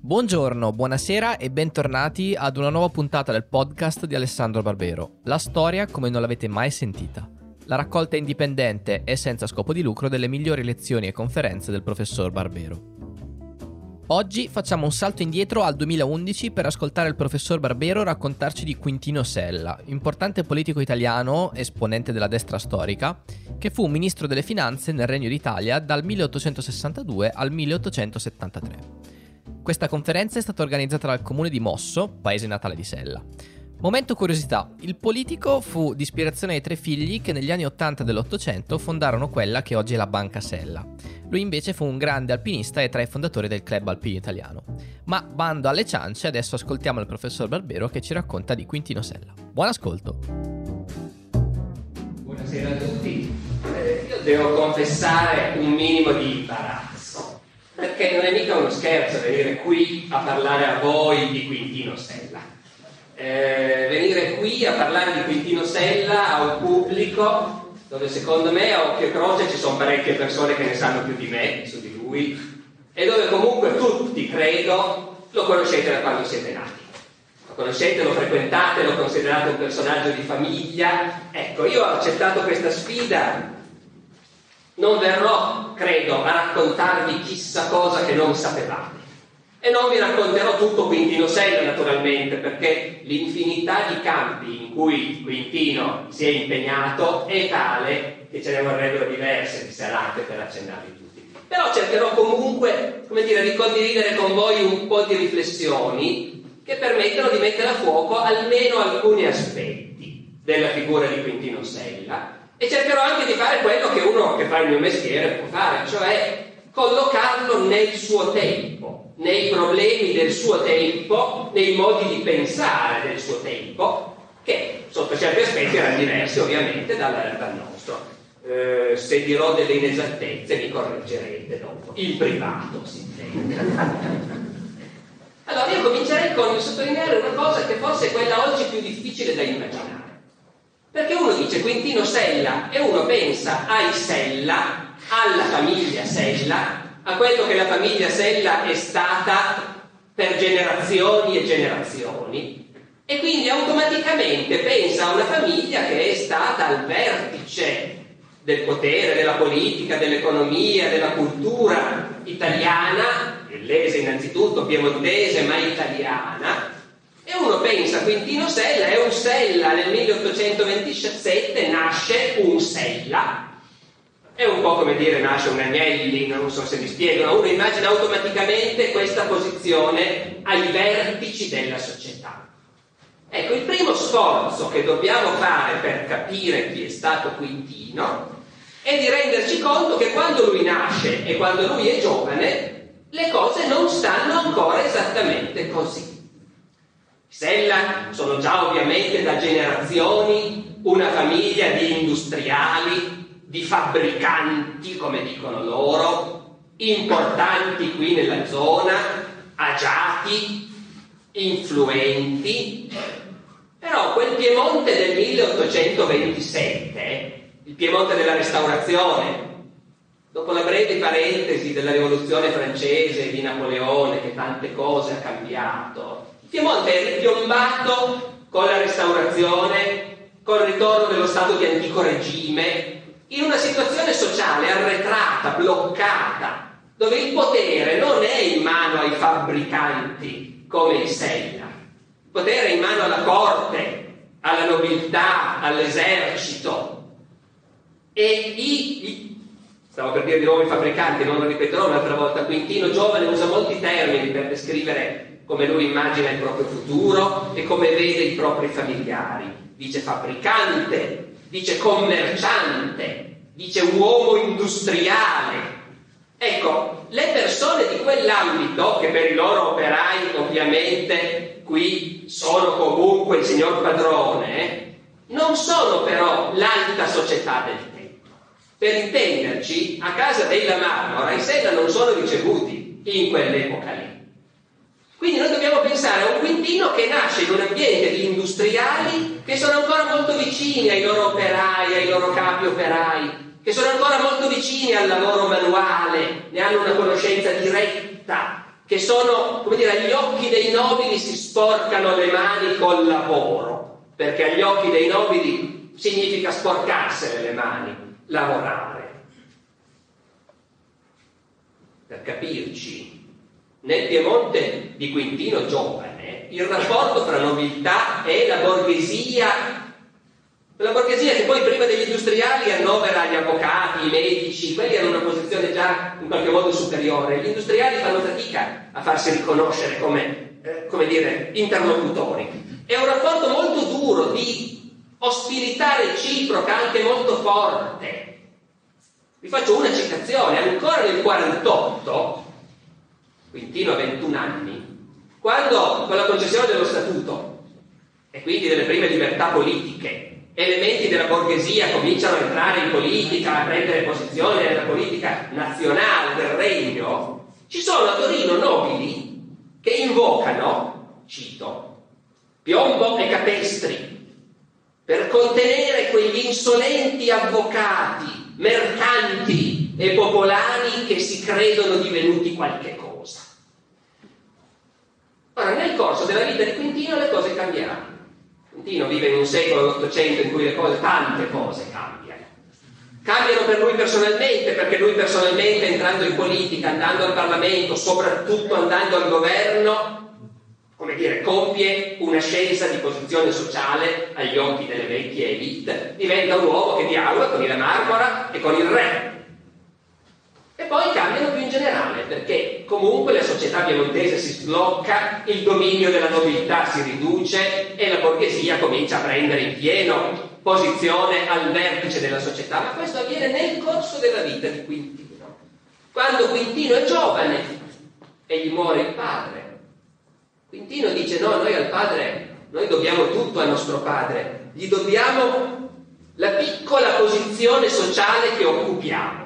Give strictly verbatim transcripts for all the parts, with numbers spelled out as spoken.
Buongiorno, buonasera e bentornati ad una nuova puntata del podcast di Alessandro Barbero. La storia come non l'avete mai sentita. La raccolta indipendente e senza scopo di lucro delle migliori lezioni e conferenze del professor Barbero. Oggi facciamo un salto indietro al duemilaundici per ascoltare il professor Barbero raccontarci di Quintino Sella, importante politico italiano, esponente della destra storica, che fu ministro delle finanze nel Regno d'Italia dal milleottocentosessantadue al milleottocentosettantatré. Questa conferenza è stata organizzata dal comune di Mosso, paese natale di Sella. Momento curiosità, il politico fu di ispirazione ai tre figli che negli anni ottanta dell'Ottocento fondarono quella che oggi è la Banca Sella. Lui invece fu un grande alpinista e tra i fondatori del Club Alpino Italiano. Ma bando alle ciance, adesso ascoltiamo il professor Barbero che ci racconta di Quintino Sella. Buon ascolto! Buonasera a tutti. Eh, io devo confessare un minimo di imbarazzo, perché non è mica uno scherzo venire qui a parlare a voi di Quintino Sella. Eh, venire qui a parlare di Quintino Sella a un pubblico dove secondo me a occhio e croce ci sono parecchie persone che ne sanno più di me su di lui, e dove comunque tutti, credo, lo conoscete da quando siete nati. Lo conoscete, lo frequentate, lo considerate un personaggio di famiglia. Ecco, io ho accettato questa sfida. Non verrò, credo, a raccontarvi chissà cosa che non sapevate. E non vi racconterò tutto Quintino Sella, naturalmente, perché l'infinità di campi in cui Quintino si è impegnato è tale che ce ne vorrebbero diverse di serate per accennarvi tutti. Però cercherò comunque, come dire, di condividere con voi un po' di riflessioni che permettono di mettere a fuoco almeno alcuni aspetti della figura di Quintino Sella. E cercherò anche di fare quello che uno che fa il mio mestiere può fare, cioè collocarlo nel suo tempo, nei problemi del suo tempo, nei modi di pensare del suo tempo, che sotto certi aspetti erano diversi ovviamente dal, dal nostro. Eh, se dirò delle inesattezze mi correggerete dopo, in privato si intende. Allora io comincerei con sottolineare una cosa che forse è quella oggi più difficile da immaginare. Perché uno dice Quintino Sella e uno pensa ai Sella, alla famiglia Sella, a quello che la famiglia Sella è stata per generazioni e generazioni, e quindi automaticamente pensa a una famiglia che è stata al vertice del potere, della politica, dell'economia, della cultura italiana, vellese innanzitutto, piemontese ma italiana. E uno pensa, Quintino Sella è un Sella, nel milleottocentoventisette nasce un Sella. È un po' come dire nasce un Agnelli, non so se mi spiego, ma uno immagina automaticamente questa posizione ai vertici della società. Ecco, il primo sforzo che dobbiamo fare per capire chi è stato Quintino è di renderci conto che quando lui nasce e quando lui è giovane, le cose non stanno ancora esattamente così. Sella sono già ovviamente da generazioni una famiglia di industriali, di fabbricanti, come dicono loro, importanti qui nella zona, agiati, influenti. Però quel Piemonte del milleottocentoventisette, il Piemonte della Restaurazione, dopo la breve parentesi della Rivoluzione francese e di Napoleone che tante cose ha cambiato, il Piemonte è ripiombato con la Restaurazione, col ritorno dello Stato di antico regime, in una situazione sociale arretrata, bloccata, dove il potere non è in mano ai fabbricanti come i Sella. Il potere è in mano alla corte, alla nobiltà, all'esercito. E i, i stavo per dire di nuovo i fabbricanti, non lo ripeterò un'altra volta. Quintino giovane usa molti termini per descrivere come lui immagina il proprio futuro e come vede i propri familiari. Dice fabbricante, dice commerciante, dice uomo industriale. Ecco, le persone di quell'ambito, che per i loro operai ovviamente qui sono comunque il signor padrone, non sono però l'alta società del tempo. Per intenderci, a casa della Marmora i Sella non sono ricevuti in quell'epoca lì. Quindi noi dobbiamo pensare a un Quintino che nasce in un ambiente di industriali che sono ancora molto vicini ai loro operai, ai loro capi operai, che sono ancora molto vicini al lavoro manuale, ne hanno una conoscenza diretta che sono, come dire, agli occhi dei nobili si sporcano le mani col lavoro, perché agli occhi dei nobili significa sporcarsene le mani, lavorare. Per capirci, nel Piemonte di Quintino giovane, il rapporto tra nobiltà e la borghesia, la borghesia che poi prima degli industriali annovera gli avvocati, i medici, quelli hanno una posizione già in qualche modo superiore, gli industriali fanno fatica a farsi riconoscere come, eh, come dire, interlocutori. È un rapporto molto duro, di ostilità reciproca, anche molto forte. Vi faccio una citazione: ancora nel quarantotto, Quintino ha ventuno anni, quando con la concessione dello statuto e quindi delle prime libertà politiche, elementi della borghesia cominciano a entrare in politica, a prendere posizione nella politica nazionale del regno, ci sono a Torino nobili che invocano, cito, Piombo e Capestri per contenere quegli insolenti avvocati, mercanti e popolani che si credono divenuti qualche cosa. Ora, nel corso della vita di Quintino le cose cambieranno. Quintino vive in un secolo dell'Ottocento in cui le cose, tante cose cambiano. Cambiano per lui personalmente, perché lui personalmente, entrando in politica, andando al Parlamento, soprattutto andando al governo, come dire, compie un'ascesa di posizione sociale agli occhi delle vecchie elite, diventa un uomo che dialoga con la Marmora e con il re. E poi cambiano più in generale, perché comunque la società piemontese si sblocca, il dominio della nobiltà si riduce e la borghesia comincia a prendere in pieno posizione al vertice della società. Ma questo avviene nel corso della vita di Quintino. Quando Quintino è giovane e gli muore il padre, Quintino dice: no, noi al padre, noi dobbiamo tutto al nostro padre, gli dobbiamo la piccola posizione sociale che occupiamo.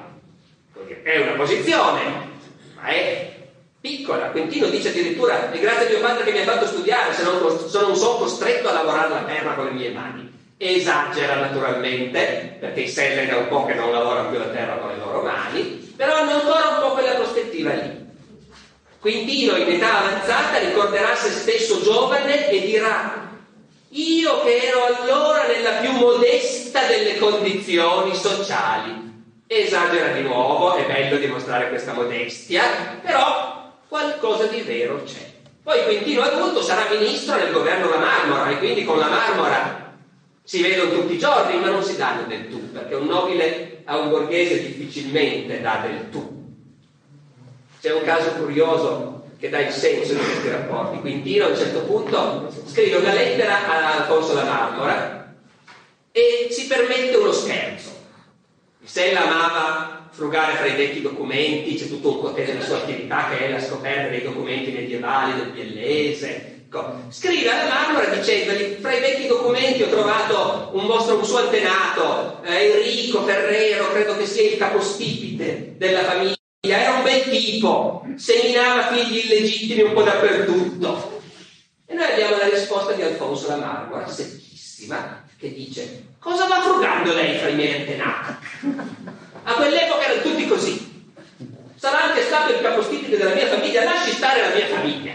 È una posizione, ma è piccola. Quintino dice addirittura: è grazie a mio padre che mi ha fatto studiare, se non, se non sono costretto a lavorare la terra con le mie mani. Esagera naturalmente, perché i Selle da un po' che non lavorano più la terra con le loro mani, però hanno ancora un po' quella prospettiva lì. Quintino in età avanzata ricorderà se stesso giovane e dirà: io che ero allora nella più modesta delle condizioni sociali. Esagera di nuovo, è bello dimostrare questa modestia, però qualcosa di vero c'è. Poi Quintino adulto sarà ministro nel governo La Marmora, e quindi con La Marmora si vedono tutti i giorni, ma non si danno del tu, perché un nobile a un borghese difficilmente dà del tu. C'è un caso curioso che dà il senso di questi rapporti. Quintino a un certo punto scrive una lettera a Alfonso La Marmora e si permette uno scherzo. Sella amava frugare fra i vecchi documenti, c'è tutto un cotè della sua attività che è la scoperta dei documenti medievali del Biellese. Scrive alla Marmora dicendogli: fra i vecchi documenti ho trovato un vostro un suo antenato, eh, Enrico Ferrero, credo che sia il capostipite della famiglia, era un bel tipo, seminava figli illegittimi un po' dappertutto. E noi abbiamo la risposta di Alfonso La Marmora, secchissima, che dice: cosa va frugando lei fra i miei antenati? A quell'epoca erano tutti così. Sarà anche stato il capostipite della mia famiglia, lasci stare la mia famiglia.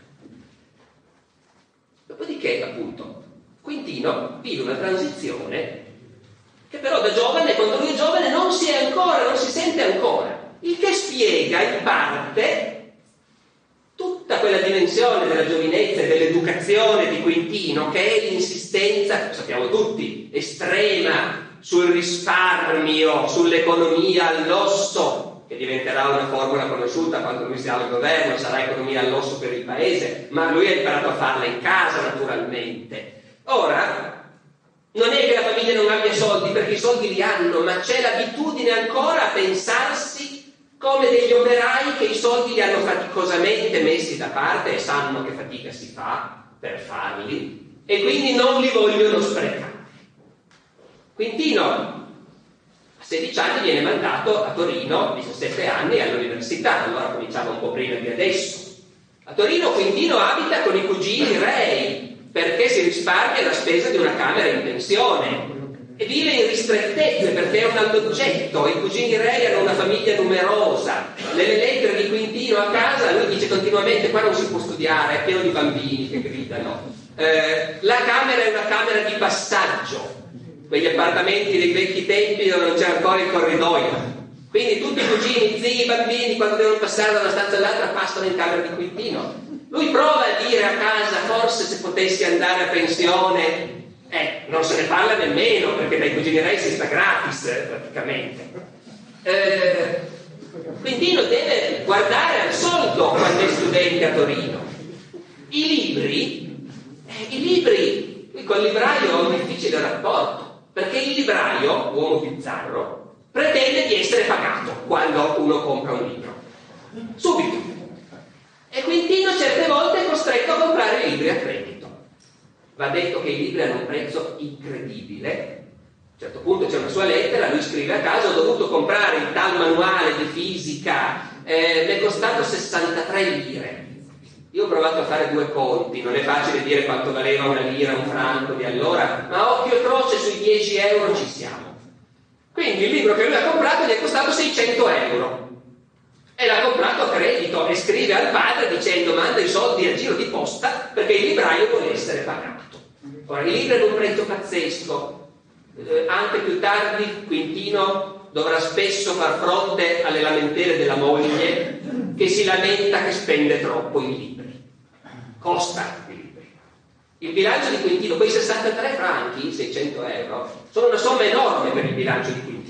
Dopodiché, appunto, Quintino vive una transizione che però da giovane, quando lui è giovane, non si è ancora, non si sente ancora. Il che spiega in parte tutta quella dimensione della giovinezza e dell'educazione di Quintino, che è l'insistenza, lo sappiamo tutti, estrema sul risparmio, sull'economia all'osso, che diventerà una formula conosciuta quando lui sarà al governo, sarà economia all'osso per il paese, ma lui ha imparato a farla in casa naturalmente. Ora, non è che la famiglia non abbia soldi, perché i soldi li hanno, ma c'è l'abitudine ancora a pensarsi come degli operai che i soldi li hanno faticosamente messi da parte e sanno che fatica si fa per farli e quindi non li vogliono sprecare. Quintino a sedici anni viene mandato a Torino, diciassette anni, all'università, allora cominciava un po' prima di adesso. A Torino Quintino abita con i cugini rei, perché si risparmia la spesa di una camera in pensione. e vive in ristrettezze perché è un alloggetto. I cugini Rei hanno una famiglia numerosa. Nelle lettere di Quintino a casa lui dice continuamente: qua non si può studiare, è pieno di bambini che gridano. Eh, la camera è una camera di passaggio, quegli appartamenti dei vecchi tempi dove non c'era ancora il corridoio, quindi tutti i cugini, zii, bambini, quando devono passare da una stanza all'altra passano in camera di Quintino. Lui prova a dire a casa: forse se potessi andare a pensione. Eh, non se ne parla nemmeno, perché dai cugini Rei si sta gratis eh, praticamente. Eh, Quintino deve guardare al soldo quando è studente a Torino. I libri, eh, i libri, qui col libraio ha un difficile rapporto, perché il libraio, uomo bizzarro, pretende di essere pagato quando uno compra un libro. Subito. E Quintino certe volte è costretto a comprare i libri a credito. Va detto che i libri hanno un prezzo incredibile. A un certo punto c'è una sua lettera, lui scrive a casa: ho dovuto comprare il tal manuale di fisica, eh, mi è costato sessantatré lire. Io ho provato a fare due conti, non è facile dire quanto valeva una lira, un franco di allora, ma occhio e croce sui dieci euro ci siamo. Quindi il libro che lui ha comprato gli è costato seicento euro. E l'ha comprato a credito e scrive al padre dicendo: manda i soldi a giro di posta perché il libraio vuole essere pagato. Ora, i libri hanno un prezzo pazzesco. Eh, anche più tardi Quintino dovrà spesso far fronte alle lamentele della moglie, che si lamenta che spende troppo in libri. Costa i libri. Il bilancio di Quintino, quei sessantatré franchi, seicento euro, sono una somma enorme per il bilancio di Quintino.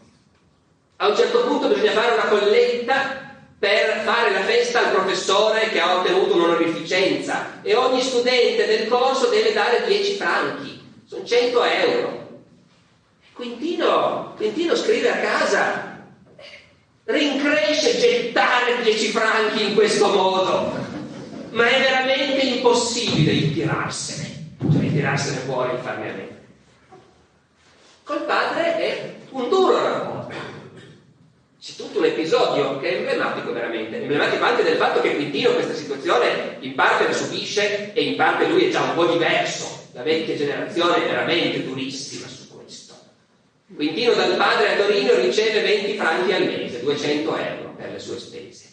A un certo punto bisogna fare una colletta per fare la festa al professore che ha ottenuto un'onorificenza e ogni studente del corso deve dare dieci franchi, sono cento euro. Quintino, Quintino scrive a casa: rincresce gettare dieci franchi in questo modo, ma è veramente impossibile intirarsene, cioè intirarsene fuori e farne a meno. Col padre è un duro rapporto. C'è tutto un episodio che è emblematico, veramente emblematico anche del fatto che Quintino questa situazione in parte la subisce e in parte lui è già un po' diverso. La vecchia generazione è veramente durissima su questo. Quintino dal padre a Torino riceve venti franchi al mese, duecento euro per le sue spese.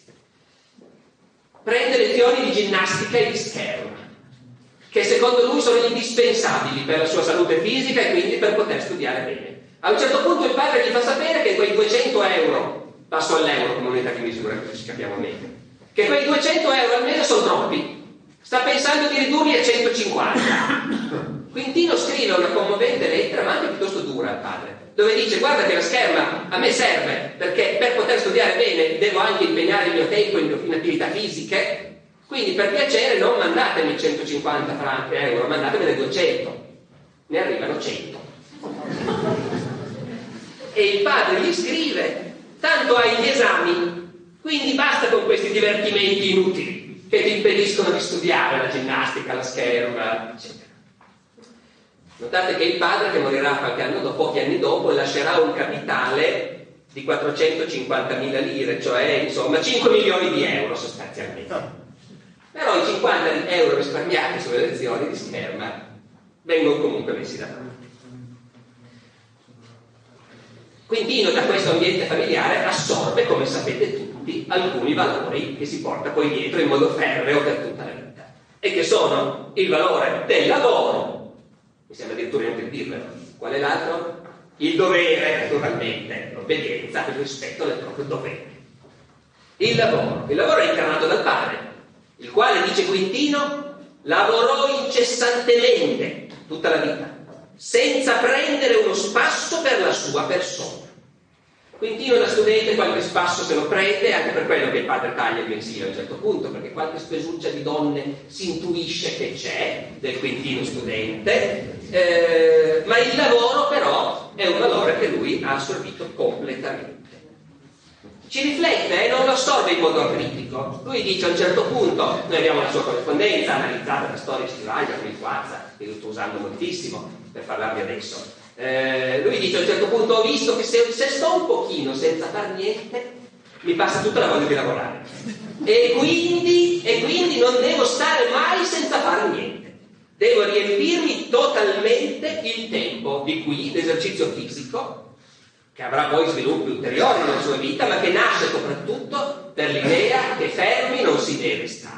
Prende lezioni di ginnastica e di scherma, che secondo lui sono indispensabili per la sua salute fisica e quindi per poter studiare bene. A un certo punto il padre gli fa sapere che quei duecento euro, passo all'euro come unità di misura, così ci capiamo meglio, che quei duecento euro al mese sono troppi, sta pensando di ridurli a centocinquanta. Quintino scrive una commovente lettera, ma anche piuttosto dura al padre, dove dice: guarda che la scherma a me serve perché per poter studiare bene devo anche impegnare il mio tempo in, in attività fisiche, quindi per piacere non mandatemi centocinquanta franchi euro, mandatemene duecento. Ne arrivano cento. E il padre gli scrive: tanto hai gli esami, quindi basta con questi divertimenti inutili che ti impediscono di studiare la ginnastica, la scherma, eccetera. Notate che il padre, che morirà qualche anno dopo, pochi anni dopo, lascerà un capitale di quattrocentocinquantamila lire, cioè insomma cinque milioni di euro sostanzialmente. Però i cinquanta euro risparmiati sulle lezioni di scherma vengono comunque messi da parte. Quintino da questo ambiente familiare assorbe, come sapete tutti, alcuni valori che si porta poi dietro in modo ferreo per tutta la vita, e che sono il valore del lavoro, mi sembra addirittura inutile dirlo, qual è l'altro? Il dovere, naturalmente, l'obbedienza, il rispetto del proprio dovere. Il lavoro, il lavoro è incarnato dal padre, il quale, dice Quintino, lavorò incessantemente tutta la vita, senza prendere uno spasso per la sua persona. Quintino da studente qualche spasso se lo prende, anche per quello che il padre taglia il mensile a un certo punto, perché qualche spesuccia di donne si intuisce che c'è del Quintino studente, eh, ma il lavoro però è un valore che lui ha assorbito completamente. Ci riflette e eh, non lo assorbe in modo critico. Lui dice a un certo punto, noi abbiamo la sua corrispondenza analizzata da Storia Stivaglia, qui in Quazza, che io sto usando moltissimo per parlarvi adesso. Eh, lui dice a un certo punto: ho visto che se, se sto un pochino senza far niente mi passa tutta la voglia di lavorare e quindi, e quindi non devo stare mai senza fare niente. devo riempirmi totalmente il tempo di qui l'esercizio fisico, che avrà poi sviluppi ulteriori nella sua vita, ma che nasce soprattutto per l'idea che fermi non si deve stare.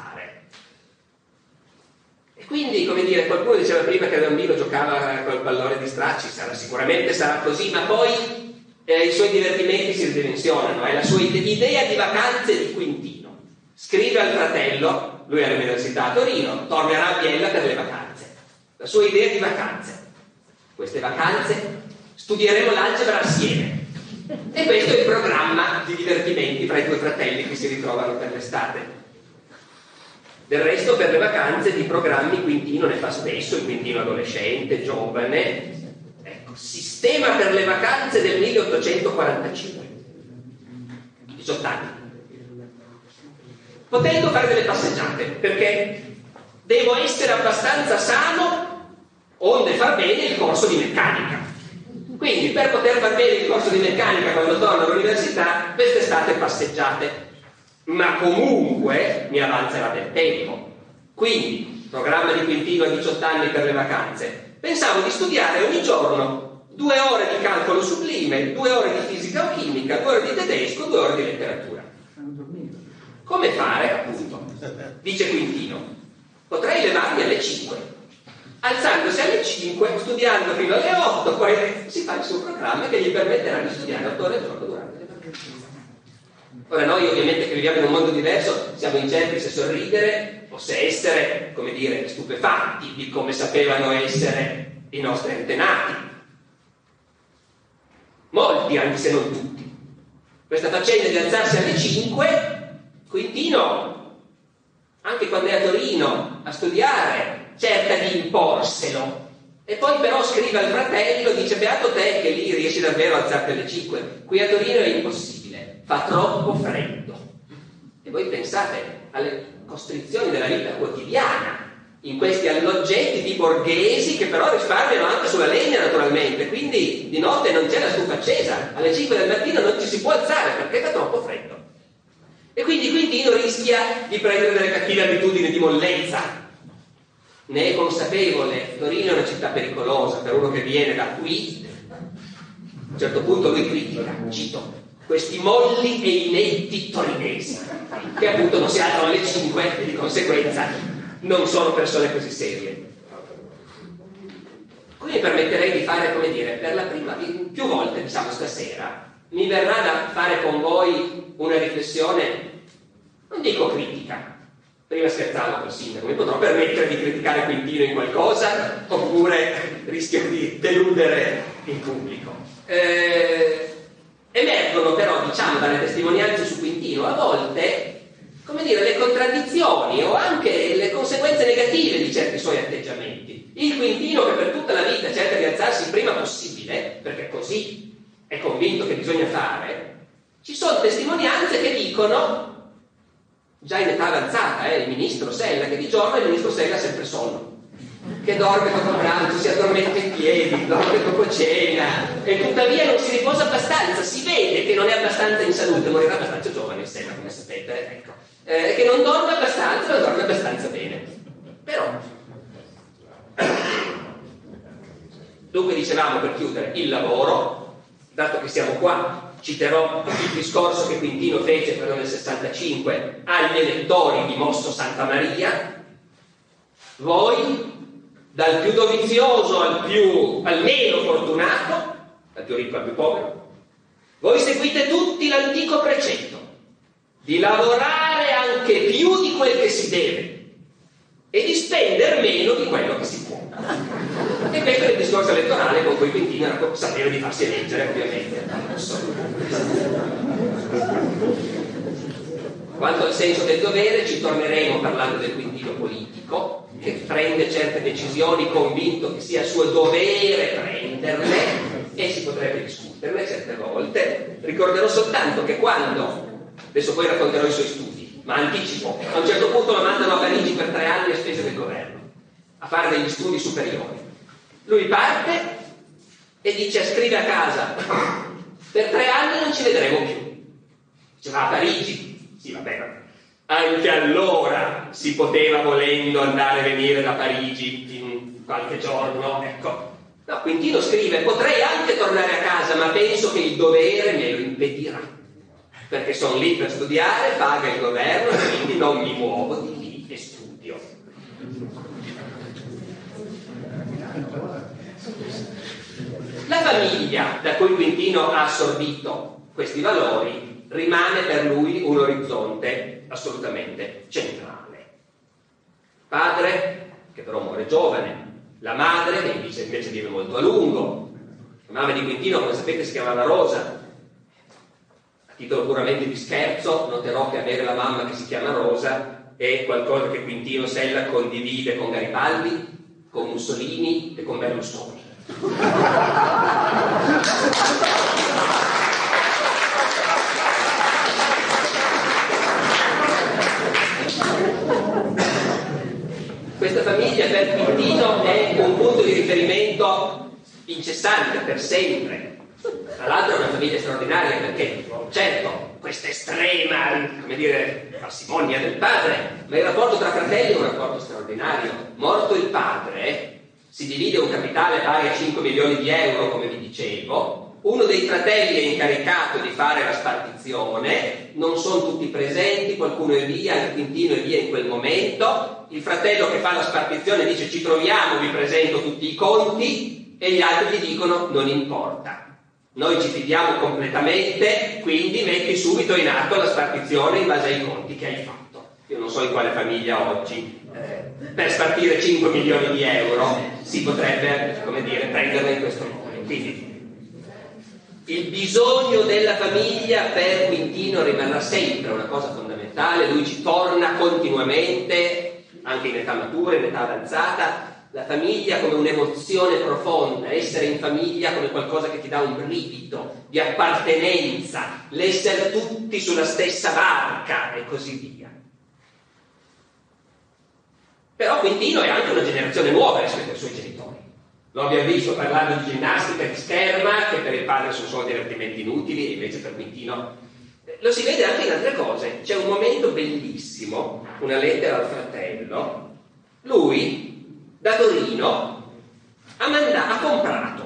E quindi, come dire, qualcuno diceva prima che da bambino giocava col pallone di stracci, sarà, sicuramente sarà così, ma poi eh, i suoi divertimenti si ridimensionano, è la sua idea di vacanze di Quintino. Scrive al fratello, lui è all'università a Torino, tornerà a Biella per le vacanze. La sua idea di vacanze. Queste vacanze studieremo l'algebra assieme. E questo è il programma di divertimenti fra i due fratelli che si ritrovano per l'estate. Del resto, per le vacanze di programmi Quintino ne fa spesso, il Quintino adolescente, giovane. Ecco, sistema per le vacanze del milleottocentoquarantacinque. diciotto anni. Potendo fare delle passeggiate, perché devo essere abbastanza sano onde far bene il corso di meccanica. Quindi, per poter far bene il corso di meccanica quando torno all'università, quest'estate passeggiate. Ma comunque mi avanzerà del tempo. Quindi, programma di Quintino a diciotto anni per le vacanze. Pensavo di studiare ogni giorno due ore di calcolo sublime, due ore di fisica o chimica, due ore di tedesco, due ore di letteratura. Come fare, appunto? Dice Quintino, potrei levarmi alle cinque. Alzandosi alle cinque, studiando fino alle otto, poi si fa il suo programma che gli permetterà di studiare otto ore al giorno durante le vacanze. Ora, noi ovviamente che viviamo in un mondo diverso siamo incerti se sorridere o se essere, come dire, stupefatti di come sapevano essere i nostri antenati. Molti, anche se non tutti. Questa faccenda di alzarsi alle cinque, Quintino, anche quando è a Torino a studiare, cerca di imporselo. E poi però scrive al fratello, dice: beato te che lì riesci davvero a alzarti alle cinque. Qui a Torino è impossibile, fa troppo freddo. E voi pensate alle costrizioni della vita quotidiana, in questi alloggetti di borghesi che però risparmiano anche sulla legna naturalmente, quindi di notte non c'è la stufa accesa, alle cinque del mattino non ci si può alzare perché fa troppo freddo. E quindi Quintino rischia di prendere delle cattive abitudini di mollezza. Ne è consapevole, Torino è una città pericolosa per uno che viene da qui. A un certo punto lui critica, cito, questi molli e inetti torinesi, che appunto non si alzano alle cinque e di conseguenza non sono persone così serie. Quindi mi permetterei di fare, come dire, per la prima, più volte, diciamo stasera, mi verrà da fare con voi una riflessione, non dico critica, prima scherzavo col sindaco, mi potrò permettere di criticare Quintino in qualcosa oppure rischio di deludere il pubblico. Eh, emergono però, diciamo, dalle testimonianze su Quintino a volte, come dire, le contraddizioni o anche le conseguenze negative di certi suoi atteggiamenti. Il Quintino che per tutta la vita cerca di alzarsi il prima possibile, perché così è convinto che bisogna fare, ci sono testimonianze che dicono, già in età avanzata, eh, il ministro Sella, che di giorno il ministro Sella ha sempre sonno, che dorme dopo pranzo, si addormenta in piedi, dorme dopo cena, e tuttavia non si riposa abbastanza, si vede che non è abbastanza in salute, morirà abbastanza giovane Sella, come sapete, ecco, eh, che non dorme abbastanza, non dorme abbastanza bene. Però, dunque dicevamo, per chiudere, il lavoro. Dato che siamo qua, citerò il discorso che Quintino fece però nel sessantacinque agli elettori di Mosso Santa Maria. Voi, dal più dovizioso al più al meno fortunato, dal più ricco al più povero, voi seguite tutti l'antico precetto di lavorare anche più di quel che si deve e di spendere meno di quello che si può. E questo è il discorso elettorale con cui Quintino sapeva di farsi eleggere, ovviamente. Quanto al senso del dovere, ci torneremo parlando del Quintino politico, che prende certe decisioni convinto che sia suo dovere prenderle, e si potrebbe discuterne certe volte. Ricorderò soltanto che quando, adesso poi racconterò i suoi studi, ma anticipo, a un certo punto lo mandano a Parigi per tre anni a spese del governo, a fare degli studi superiori. Lui parte e dice, scrive a casa, per tre anni non ci vedremo più. Dice, va a Parigi? Sì, vabbè, anche allora si poteva, volendo, andare e venire da Parigi in in qualche giorno, ecco. No, Quintino scrive: potrei anche tornare a casa, ma penso che il dovere me lo impedirà, perché sono lì per studiare, paga il governo e quindi non mi muovo di lì e studio. La famiglia da cui Quintino ha assorbito questi valori rimane per lui un orizzonte assolutamente centrale. Padre, che però muore giovane, la madre, che invece, invece vive molto a lungo. La mamma di Quintino, come sapete, si chiamava Rosa. A titolo puramente di scherzo, noterò che avere la mamma che si chiama Rosa è qualcosa che Quintino Sella condivide con Garibaldi, con Mussolini e con Berlusconi. Questa famiglia per Quintino è un punto di riferimento incessante, per sempre. Tra l'altro è una famiglia straordinaria perché, certo, questa estrema, come dire, parsimonia del padre, ma il rapporto tra fratelli è un rapporto straordinario. Morto il padre, si divide un capitale pari a cinque milioni di euro, come vi dicevo. Uno dei fratelli è incaricato di fare la spartizione, non sono tutti presenti, qualcuno è via, il Quintino è via in quel momento. Il fratello che fa la spartizione dice: ci troviamo, vi presento tutti i conti, e gli altri gli dicono: non importa, noi ci fidiamo completamente, quindi metti subito in atto la spartizione in base ai conti che hai fatto. Io non so in quale famiglia oggi eh, per spartire cinque milioni di euro si potrebbe, come dire, prenderla in questo modo. Quindi il bisogno della famiglia per Quintino rimarrà sempre una cosa fondamentale, lui ci torna continuamente, anche in età matura, in età avanzata, la famiglia come un'emozione profonda, essere in famiglia come qualcosa che ti dà un brivido di appartenenza, l'essere tutti sulla stessa barca e così via. Però Quintino è anche una generazione nuova rispetto ai suoi genitori. Lo abbiamo visto parlando di ginnastica, di scherma, che per il padre sono solo divertimenti inutili, e invece per Quintino lo si vede anche in altre cose. C'è un momento bellissimo, una lettera al fratello. Lui da Torino ha, manda- ha comprato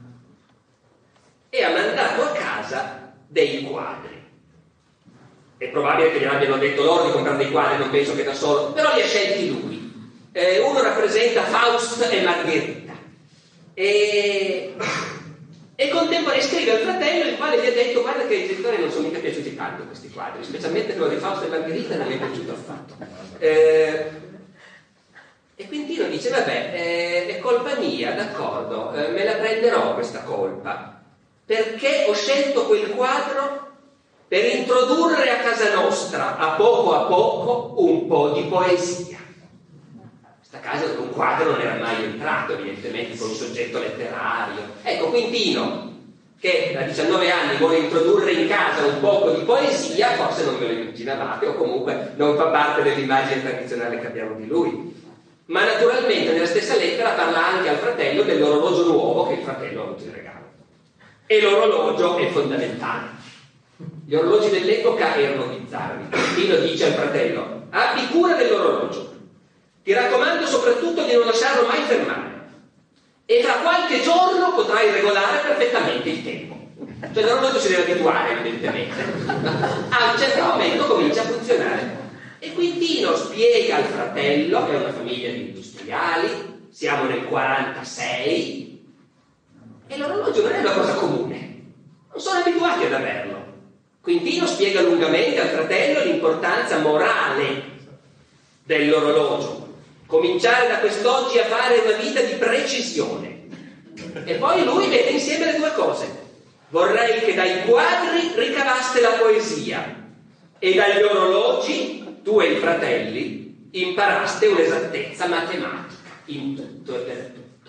e ha mandato a casa dei quadri. È probabile che gli abbiano detto loro di comprare dei quadri, non penso che da solo, però li ha scelti lui. Eh, uno rappresenta Faust e Margherita. E, e contemporaneamente scrive al fratello, il quale gli ha detto: guarda che ai genitori non sono mica piaciuti tanto questi quadri, specialmente quello di Fausto e Margherita non mi è piaciuto affatto. Eh, e Quintino dice: vabbè, eh, è colpa mia, d'accordo, eh, me la prenderò questa colpa, perché ho scelto quel quadro per introdurre a casa nostra, a poco a poco, un po' di poesia. A casa dove un quadro non era mai entrato, evidentemente, con un soggetto letterario. Ecco, Quintino, che da diciannove anni vuole introdurre in casa un poco di poesia, forse non ve lo immaginavate, o comunque non fa parte dell'immagine tradizionale che abbiamo di lui. Ma naturalmente nella stessa lettera parla anche al fratello dell'orologio nuovo che il fratello ha avuto in regalo. E l'orologio è fondamentale. Gli orologi dell'epoca erano bizzarri. Quintino dice al fratello: abbi cura dell'orologio. Ti raccomando soprattutto di non lasciarlo mai fermare, e fra qualche giorno potrai regolare perfettamente il tempo. Cioè l'orologio si deve abituare, evidentemente. A un certo momento comincia a funzionare. E Quintino spiega al fratello, è una famiglia di industriali, siamo nel quarantasei, e l'orologio non è una cosa comune. Non sono abituati ad averlo. Quintino spiega lungamente al fratello l'importanza morale dell'orologio. Cominciare da quest'oggi a fare una vita di precisione. E poi lui mette insieme le due cose: vorrei che dai quadri ricavaste la poesia, e dagli orologi tu e i fratelli imparaste un'esattezza matematica in tutto e per tutto.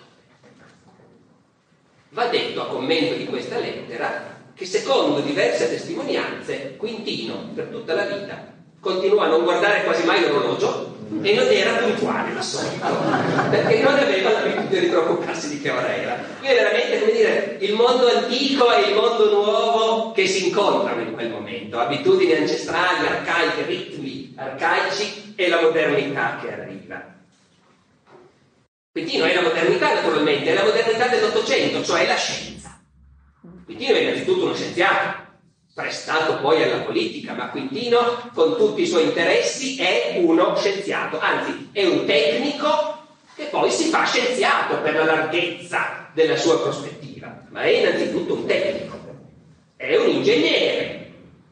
Va detto a commento di questa lettera che, secondo diverse testimonianze, Quintino per tutta la vita continuò a non guardare quasi mai l'orologio e non era puntuale di solito, perché non aveva l'abitudine di preoccuparsi di che ora era. Qui è veramente, come dire, il mondo antico e il mondo nuovo che si incontrano in quel momento, abitudini ancestrali, arcaiche, ritmi arcaici e la modernità che arriva. Quintino è la modernità, naturalmente, è la modernità dell'Ottocento, cioè la scienza. Quintino è innanzitutto uno scienziato, prestato poi alla politica, ma Quintino, con tutti i suoi interessi, è uno scienziato, anzi è un tecnico che poi si fa scienziato per la larghezza della sua prospettiva, ma è innanzitutto un tecnico, è un ingegnere.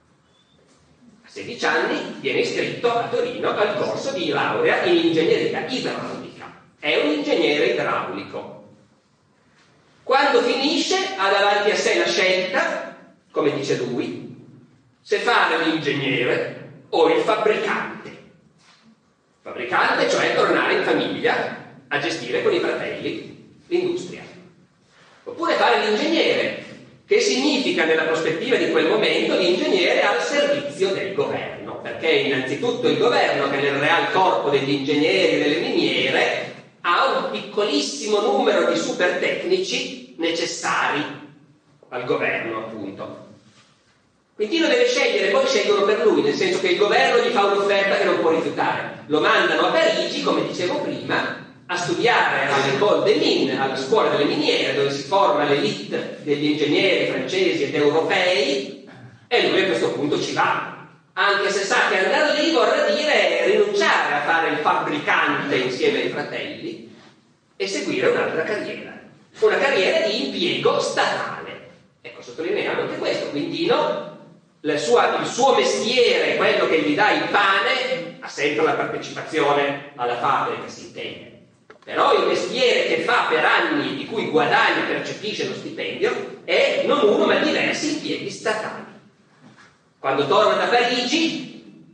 A sedici anni viene iscritto a Torino al corso di laurea in ingegneria idraulica, è un ingegnere idraulico. Quando finisce ha davanti a sé la scelta, come dice lui, se fare l'ingegnere o il fabbricante. Fabbricante, cioè tornare in famiglia a gestire con i fratelli l'industria. Oppure fare l'ingegnere, che significa nella prospettiva di quel momento l'ingegnere al servizio del governo, perché è innanzitutto il governo che nel real corpo degli ingegneri e delle miniere ha un piccolissimo numero di super tecnici necessari al governo, appunto. Quintino deve scegliere, poi scelgono per lui, nel senso che il governo gli fa un'offerta che non può rifiutare. Lo mandano a Parigi, come dicevo prima, a studiare all'École des Mines, alla scuola delle miniere, dove si forma l'élite degli ingegneri francesi ed europei, e lui a questo punto ci va, anche se sa che andare lì vorrà dire rinunciare a fare il fabbricante insieme ai fratelli e seguire un'altra carriera, una carriera di impiego statale. Ecco, sottolineiamo anche questo. Quintino, la sua, il suo mestiere, quello che gli dà il pane, ha sempre la partecipazione alla fabbrica, si intende. Però il mestiere che fa per anni, di cui guadagna e percepisce lo stipendio, è non uno ma diversi impieghi statali. Quando torna da Parigi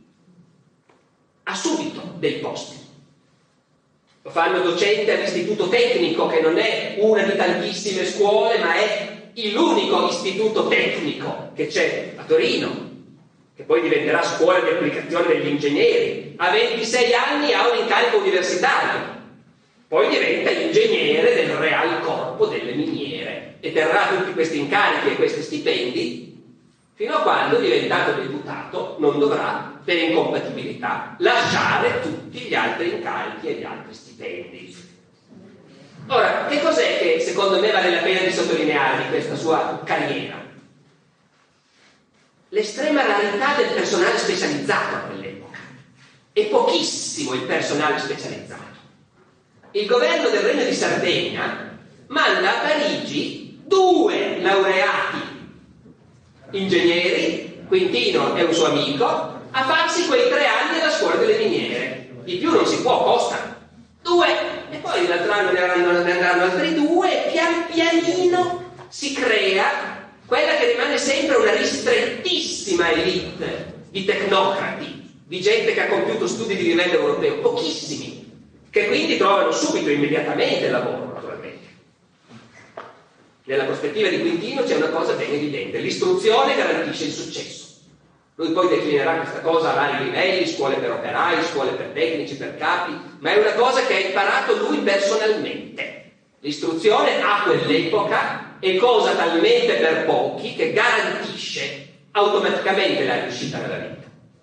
ha subito dei posti. Lo fanno docente all'istituto tecnico, che non è una di tantissime scuole, ma è l'unico istituto tecnico che c'è a Torino, che poi diventerà scuola di applicazione degli ingegneri. A ventisei anni ha un incarico universitario, poi diventa ingegnere del Real Corpo delle Miniere e terrà tutti questi incarichi e questi stipendi fino a quando, diventato deputato, non dovrà, per incompatibilità, lasciare tutti gli altri incarichi e gli altri stipendi. Ora, che cos'è che secondo me vale la pena di sottolineare di questa sua carriera? L'estrema rarità del personale specializzato a quell'epoca. È pochissimo il personale specializzato. Il governo del Regno di Sardegna manda a Parigi due laureati ingegneri, Quintino e un suo amico, a farsi quei tre anni alla scuola delle miniere. Di più non si può, costano. Due, e poi l'altro anno ne andranno, ne andranno altri due, e pian pianino si crea quella che rimane sempre una ristrettissima elite di tecnocrati, di gente che ha compiuto studi di livello europeo, pochissimi, che quindi trovano subito, immediatamente lavoro, naturalmente. Nella prospettiva di Quintino c'è una cosa ben evidente: l'istruzione garantisce il successo. Lui poi declinerà questa cosa a vari livelli, scuole per operai, scuole per tecnici, per capi, ma è una cosa che ha imparato lui personalmente. L'istruzione a quell'epoca è cosa talmente per pochi che garantisce automaticamente la riuscita nella vita.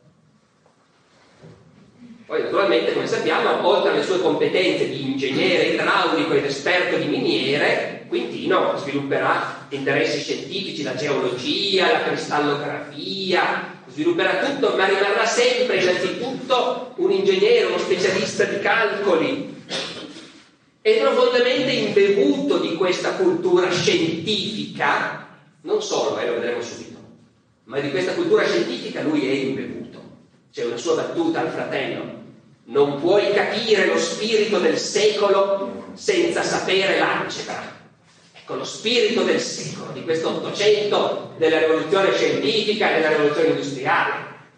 Poi naturalmente, come sappiamo, oltre alle sue competenze di ingegnere idraulico ed esperto di miniere, Quintino svilupperà interessi scientifici, la geologia, la cristallografia, svilupperà tutto, ma rimarrà sempre innanzitutto un ingegnere, uno specialista di calcoli. È profondamente imbevuto di questa cultura scientifica, non solo, eh, lo vedremo subito, ma di questa cultura scientifica lui è imbevuto. C'è una sua battuta al fratello: non puoi capire lo spirito del secolo senza sapere l'algebra. Ecco, lo spirito del secolo, di questo Ottocento, della rivoluzione scientifica e della rivoluzione industriale.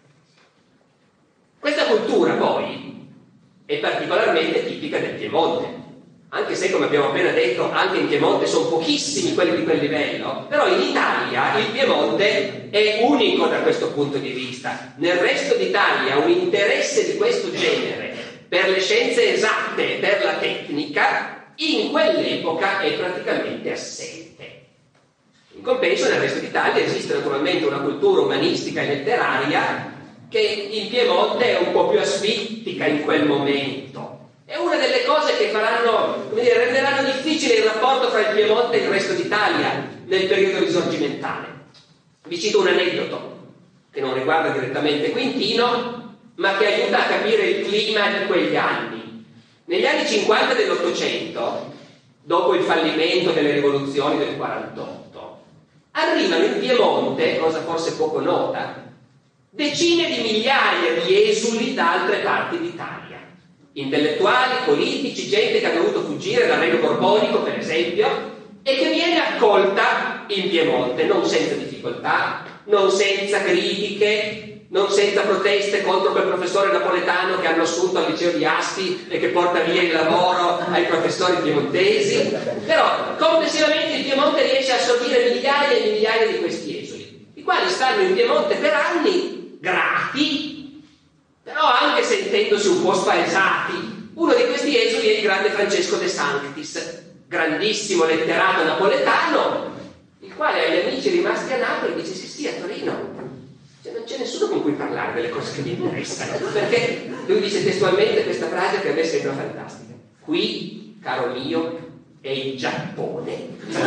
Questa cultura poi è particolarmente tipica del Piemonte, anche se, come abbiamo appena detto, anche in Piemonte sono pochissimi quelli di quel livello, però in Italia il Piemonte è unico da questo punto di vista. Nel resto d'Italia un interesse di questo genere per le scienze esatte e per la tecnica in quell'epoca è praticamente assente. In compenso nel resto d'Italia esiste naturalmente una cultura umanistica e letteraria che in Piemonte è un po' più asfittica in quel momento. È una delle cose che faranno, come dire, che renderanno difficile il rapporto fra il Piemonte e il resto d'Italia nel periodo risorgimentale. Vi cito un aneddoto che non riguarda direttamente Quintino, ma che aiuta a capire il clima di quegli anni. Negli anni cinquanta dell'Ottocento, dopo il fallimento delle rivoluzioni del quarantotto, arrivano in Piemonte, cosa forse poco nota, decine di migliaia di esuli da altre parti d'Italia. Intellettuali, politici, gente che ha dovuto fuggire dal regno borbonico, per esempio, e che viene accolta in Piemonte, non senza difficoltà, non senza critiche, non senza proteste contro quel professore napoletano che hanno assunto al liceo di Asti e che porta via il lavoro ai professori piemontesi. Però complessivamente il Piemonte riesce a assorbire migliaia e migliaia di questi esuli, i quali stanno in Piemonte per anni grati, però anche sentendosi un po' spaesati. Uno di questi esuli è il grande Francesco De Sanctis, grandissimo letterato napoletano, il quale agli amici rimasti a Napoli dice: sì sì, a Torino cioè, non c'è nessuno con cui parlare delle cose che mi interessano, perché lui dice testualmente questa frase che a me sembra fantastica: qui, caro mio, è il Giappone.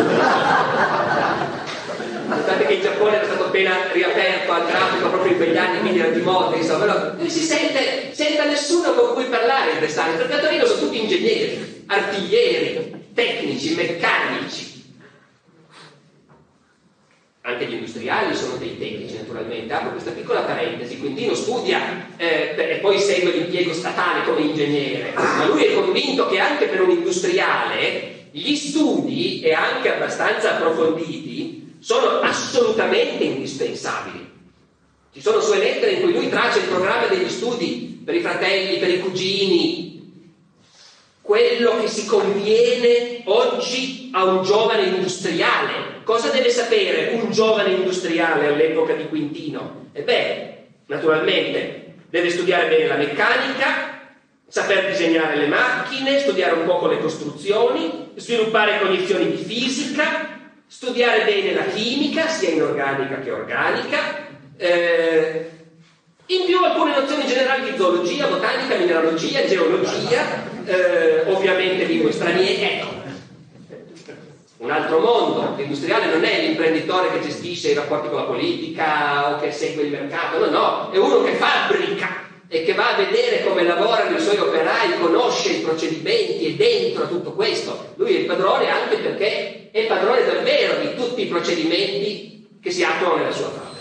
Notate che il Giappone era stato appena riaperto al traffico proprio in quegli anni, quindi era di moda, insomma, però lui si sente senza nessuno con cui parlare in quest'anno, perché a Torino sono tutti ingegneri, artiglieri, tecnici, meccanici. Anche gli industriali sono dei tecnici, naturalmente. Apro questa piccola parentesi: Quintino studia eh, e poi segue l'impiego statale come ingegnere, ma lui è convinto che anche per un industriale gli studi, e anche abbastanza approfonditi, sono assolutamente indispensabili. Ci sono sue lettere in cui lui traccia il programma degli studi per i fratelli, per i cugini, quello che si conviene oggi a un giovane industriale. Cosa deve sapere un giovane industriale all'epoca di Quintino? E beh, naturalmente deve studiare bene la meccanica, saper disegnare le macchine, studiare un poco le costruzioni, sviluppare cognizioni di fisica, studiare bene la chimica, sia inorganica che organica, eh, in più alcune nozioni generali di zoologia, botanica, mineralogia, geologia, eh, ovviamente lingue straniere. Ecco, un altro mondo. L'industriale non è l'imprenditore che gestisce i rapporti con la politica o che segue il mercato, no, no, è uno che fabbrica e che va a vedere come lavorano i suoi operai, conosce i procedimenti, è dentro tutto questo. Lui è il padrone anche perché è padrone davvero di tutti i procedimenti che si attuano nella sua fabbrica.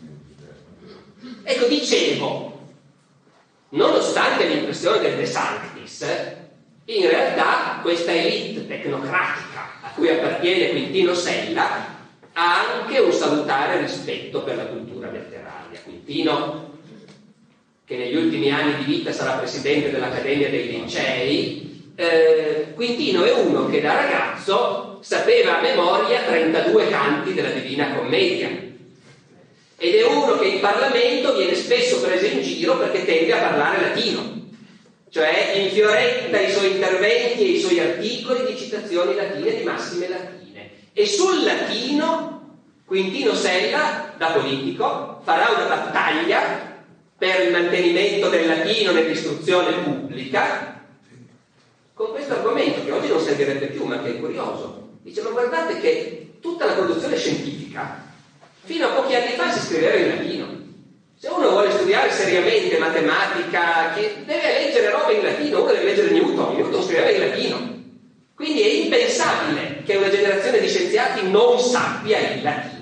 Ecco, dicevo, nonostante l'impressione del De Sanctis, in realtà questa elite tecnocratica a cui appartiene Quintino Sella ha anche un salutare rispetto per la cultura letteraria. Quintino, che negli ultimi anni di vita sarà presidente dell'Accademia dei Lincei, eh, Quintino è uno che da ragazzo sapeva a memoria trentadue canti della Divina Commedia, ed è uno che in Parlamento viene spesso preso in giro perché tende a parlare latino, cioè infioretta i suoi interventi e i suoi articoli di citazioni latine, di massime latine. E sul latino Quintino Sella, da politico, farà una battaglia per il mantenimento del latino nell'istruzione pubblica, con questo argomento che oggi non servirebbe più, ma che è curioso. Dice: ma guardate che tutta la produzione scientifica fino a pochi anni fa si scriveva in latino. Se uno vuole studiare seriamente matematica, deve leggere roba in latino. Uno deve leggere Newton, Newton scriveva in latino. Quindi è impensabile che una generazione di scienziati non sappia il latino.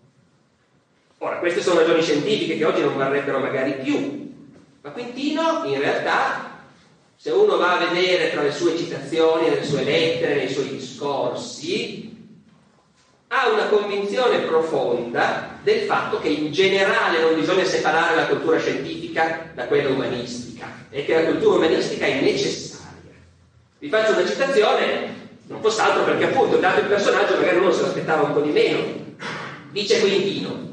Ora, queste sono ragioni scientifiche che oggi non varrebbero magari più, ma Quintino in realtà, se uno va a vedere tra le sue citazioni, nelle sue lettere, nei suoi discorsi, ha una convinzione profonda del fatto che in generale non bisogna separare la cultura scientifica da quella umanistica e che la cultura umanistica è necessaria. Vi faccio una citazione, non fosse altro perché appunto, dato il personaggio, magari uno se l'aspettava un po' di meno. Dice Quintino: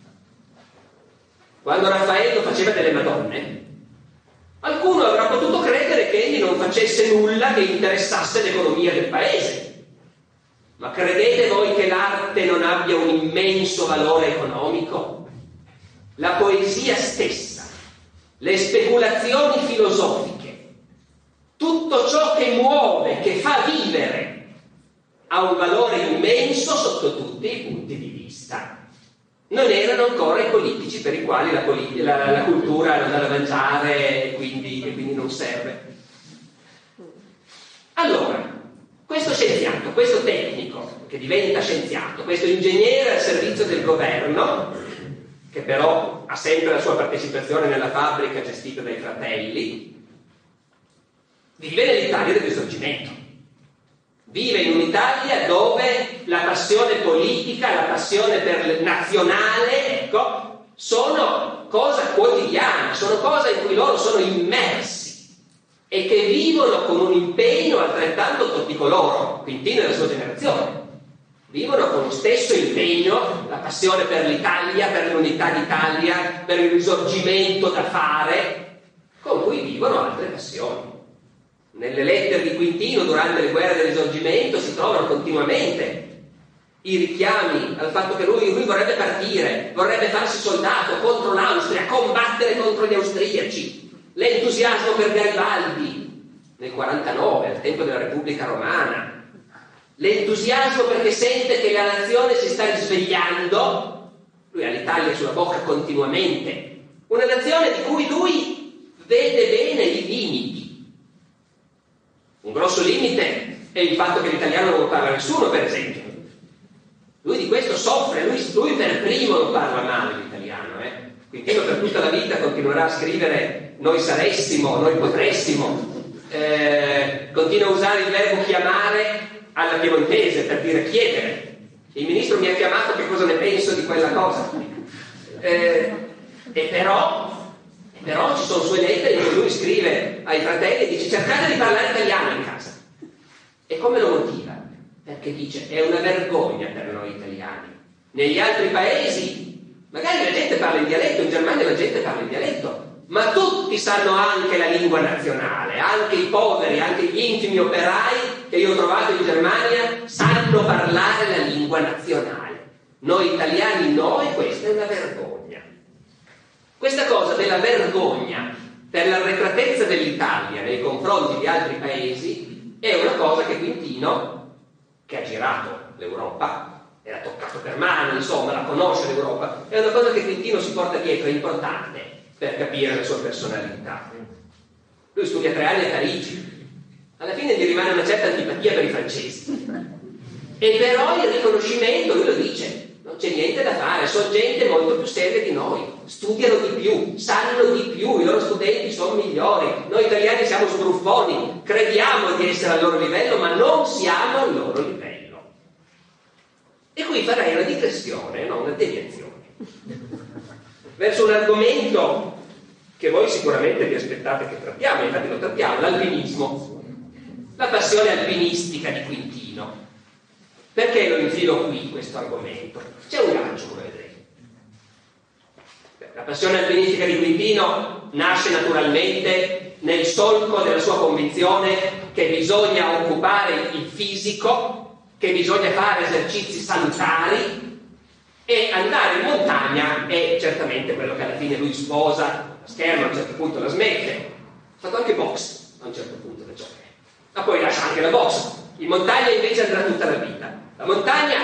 quando Raffaello faceva delle Madonne, qualcuno avrà potuto credere che egli non facesse nulla che interessasse l'economia del paese. Ma credete voi che l'arte non abbia un immenso valore economico? La poesia stessa, le speculazioni filosofiche, tutto ciò che muove, che fa vivere, ha un valore immenso sotto tutti i punti di vista. Non erano ancora i politici per i quali la, politi- la, la cultura non da mangiare e quindi, e quindi non serve. Allora, questo scienziato, questo tecnico che diventa scienziato, questo ingegnere al servizio del governo, che però ha sempre la sua partecipazione nella fabbrica gestita dai fratelli, vive nell'Italia del Risorgimento. Vive in un'Italia dove la passione politica, la passione per il nazionale, ecco, sono cosa quotidiana, sono cose in cui loro sono immersi e che vivono con un impegno altrettanto tutti coloro, Quintino e la sua generazione. Vivono con lo stesso impegno, la passione per l'Italia, per l'unità d'Italia, per il risorgimento da fare, con cui vivono altre passioni. Nelle lettere di Quintino durante le guerre del Risorgimento si trovano continuamente i richiami al fatto che lui, lui vorrebbe partire, vorrebbe farsi soldato contro l'Austria, combattere contro gli austriaci, l'entusiasmo per Garibaldi nel quarantanove, al tempo della Repubblica Romana, l'entusiasmo perché sente che la nazione si sta risvegliando, lui ha l'Italia sulla bocca continuamente, una nazione di cui lui vede bene i limiti. Un grosso limite è il fatto che l'italiano non lo parla nessuno, per esempio. Lui di questo soffre, lui, lui per primo lo parla male l'italiano. Eh? Quintino per tutta la vita continuerà a scrivere noi saressimo, noi potressimo, eh, continua a usare il verbo chiamare alla piemontese per dire chiedere. Il ministro mi ha chiamato, che cosa ne penso di quella cosa? Eh, e però... Però ci sono sue lettere in cui lui scrive ai fratelli e dice cercate di parlare italiano in casa. E come lo motiva? Perché dice è una vergogna per noi italiani. Negli altri paesi magari la gente parla in dialetto, in Germania la gente parla in dialetto, ma tutti sanno anche la lingua nazionale, anche i poveri, anche gli intimi operai che io ho trovato in Germania sanno parlare la lingua nazionale. Noi italiani no, e questa è una vergogna. Questa cosa della vergogna per l'arretratezza dell'Italia nei confronti di altri paesi è una cosa che Quintino, che ha girato l'Europa, era toccato per mano, insomma, la conosce l'Europa, è una cosa che Quintino si porta dietro, è importante per capire la sua personalità. Lui studia tre anni a Parigi, alla fine gli rimane una certa antipatia per i francesi, e però il riconoscimento, lui lo dice, non c'è niente da fare, sono gente molto più seria di noi, studiano di più, sanno di più, i loro studenti sono migliori, noi italiani siamo sbruffoni, crediamo di essere al loro livello, ma non siamo al loro livello. E qui farei una digressione, no? Una deviazione, verso un argomento che voi sicuramente vi aspettate che trattiamo, infatti lo trattiamo, l'alpinismo, la passione alpinistica di Quintino. Perché lo infilo qui questo argomento? C'è un gancio, come vedrete. La passione alpinistica di Quintino nasce naturalmente nel solco della sua convinzione che bisogna occupare il fisico, che bisogna fare esercizi salutari, e andare in montagna è certamente quello che alla fine lui sposa, la scherma a un certo punto la smette, ha fatto anche box a un certo punto da giovane, ma poi lascia anche la box. In montagna invece andrà tutta la vita. La montagna,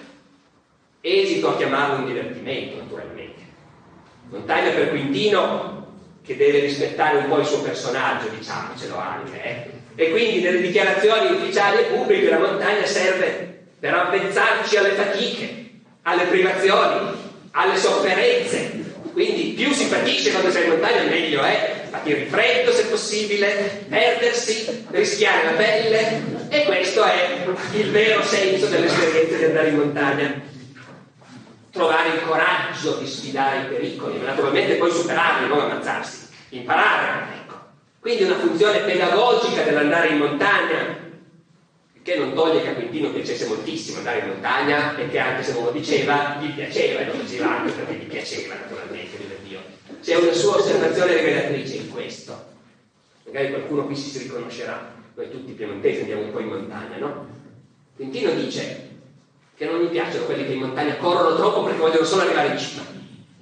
esito a chiamarlo un divertimento naturalmente, montagna per Quintino che deve rispettare un po' il suo personaggio, diciamocelo anche, eh? E quindi nelle dichiarazioni ufficiali e pubbliche la montagna serve per avvezzarci alle fatiche, alle privazioni, alle sofferenze. Quindi più si patisce quando sei in montagna meglio è, patire il freddo se possibile, perdersi, rischiare la pelle, e questo è il vero senso dell'esperienza di andare in montagna. Trovare il coraggio di sfidare i pericoli, ma naturalmente poi superarli, non ammazzarsi, imparare, ecco. Quindi una funzione pedagogica dell'andare in montagna, che non toglie che a Quintino piacesse moltissimo andare in montagna, e che anche se non lo diceva, gli piaceva, e lo diceva anche perché gli piaceva naturalmente, vive Dio. C'è una sua osservazione rivelatrice in questo. Magari qualcuno qui si riconoscerà. Noi tutti piemontesi andiamo un po' in montagna, no? Quintino dice che non gli piacciono quelli che in montagna corrono troppo perché vogliono solo arrivare in cima.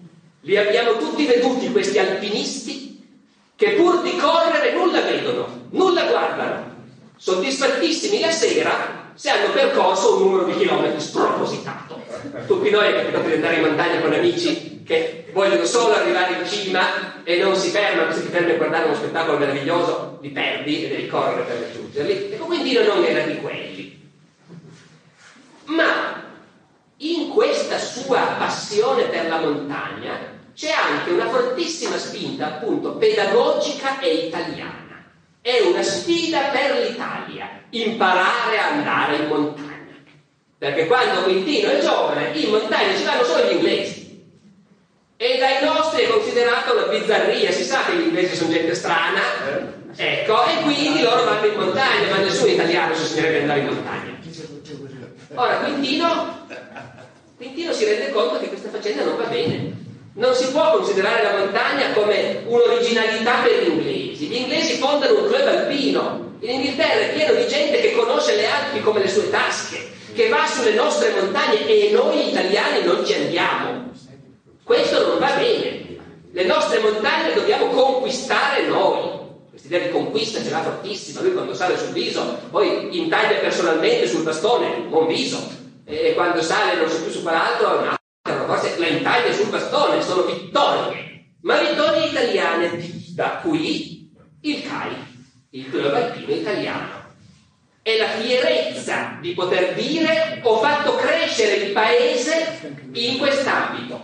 Li abbiamo tutti veduti questi alpinisti che pur di correre nulla vedono, nulla guardano, soddisfattissimi la sera se hanno percorso un numero di chilometri spropositato. Tutti noi è capitato di andare in montagna con amici che vogliono solo arrivare in cima e non si fermano, se ti fermi a guardare uno spettacolo meraviglioso li perdi e devi correre per raggiungerli. Ecco, Quintino non era di quelli, ma in questa sua passione per la montagna c'è anche una fortissima spinta, appunto, pedagogica e italiana. È una sfida per l'Italia imparare a andare in montagna, perché quando Quintino è giovane in montagna ci vanno solo gli inglesi e dai nostri è considerata una bizzarria. Si sa che gli inglesi sono gente strana, ecco, e quindi loro vanno in montagna, ma nessun italiano si sognerebbe andare in montagna. Ora Quintino, Quintino si rende conto che questa faccenda non va bene. Non si può considerare la montagna come un'originalità per gli inglesi. Gli inglesi fondano un club alpino. In Inghilterra è pieno di gente che conosce le Alpi come le sue tasche, che va sulle nostre montagne e noi italiani non ci andiamo. Questo non va bene. Le nostre montagne dobbiamo conquistare noi. Questa idea di conquista ce l'ha fortissima. Lui quando sale sul Viso poi intaglia personalmente sul bastone un viso, e quando sale non so più su quell'altro no. Forse la intaglia sul bastone, sono vittorie, ma vittorie italiane, da qui il C A I, il Club Alpino Italiano. È la fierezza di poter dire ho fatto crescere il paese in quest'ambito.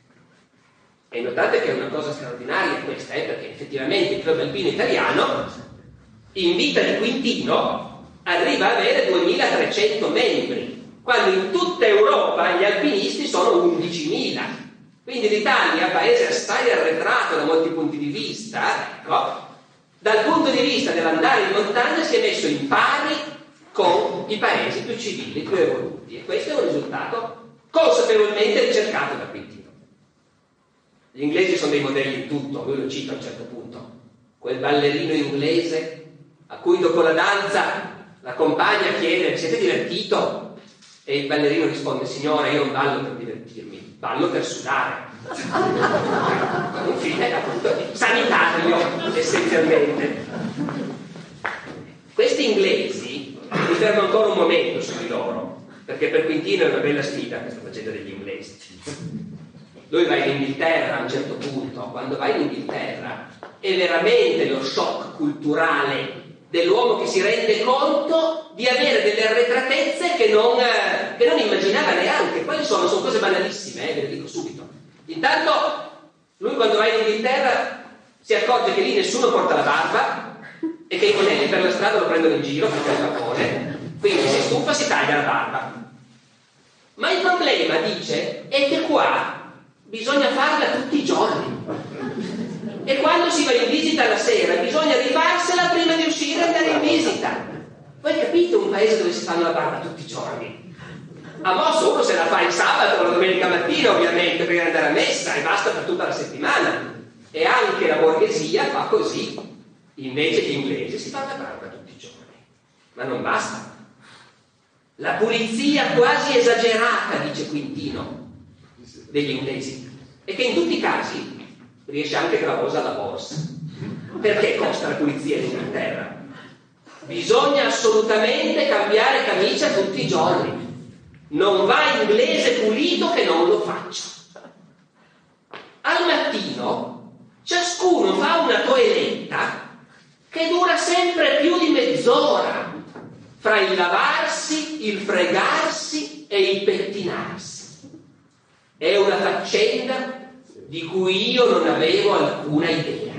E notate che è una cosa straordinaria questa, eh, perché effettivamente il Club Alpino Italiano in vita di Quintino arriva ad avere duemilatrecento membri, quando in tutta Europa gli alpinisti sono undicimila. Quindi l'Italia, paese assai arretrato da molti punti di vista, ecco, dal punto di vista dell'andare in montagna si è messo in pari con i paesi più civili, più evoluti, e questo è un risultato consapevolmente ricercato da Quintino. Gli inglesi sono dei modelli in tutto, lui lo cita a un certo punto. Quel ballerino inglese a cui dopo la danza la compagna chiede: siete divertito? E il ballerino risponde: signora, io non ballo per divertirmi, ballo per sudare. Un fine appunto sanitario, essenzialmente. Questi inglesi, mi fermo ancora un momento su di loro, perché per Quintino è una bella sfida questa faccenda degli inglesi. Lui va in Inghilterra a un certo punto. Quando va in Inghilterra è veramente lo shock culturale dell'uomo che si rende conto di avere delle arretratezze che non, che non immaginava neanche. Quali sono? Sono cose banalissime, eh, ve le dico subito. Intanto lui quando va in Inghilterra si accorge che lì nessuno porta la barba e che i colleghi per la strada lo prendono in giro perché è il vapore, quindi si stufa, si taglia la barba. Ma il problema, dice, è che qua bisogna farla tutti i giorni. E quando si va in visita la sera bisogna rifarsela prima di uscire e andare in visita. Voi capite un paese dove si fanno la barba tutti i giorni? A Mosso uno se la fa il sabato o la domenica mattina, ovviamente, per andare a messa, e basta per tutta la settimana. E anche la borghesia fa così. Invece gli inglesi si fanno la barba tutti i giorni. Ma non basta. La pulizia quasi esagerata, dice Quintino, degli inglesi, e che in tutti i casi riesce anche gravosa la borsa. Perché costa la pulizia in Inghilterra? Bisogna assolutamente cambiare camicia tutti i giorni. Non va inglese pulito che non lo faccia. Al mattino ciascuno fa una toeletta che dura sempre più di mezz'ora, fra il lavarsi, il fregarsi e il pettinarsi. È una faccenda di cui io non avevo alcuna idea.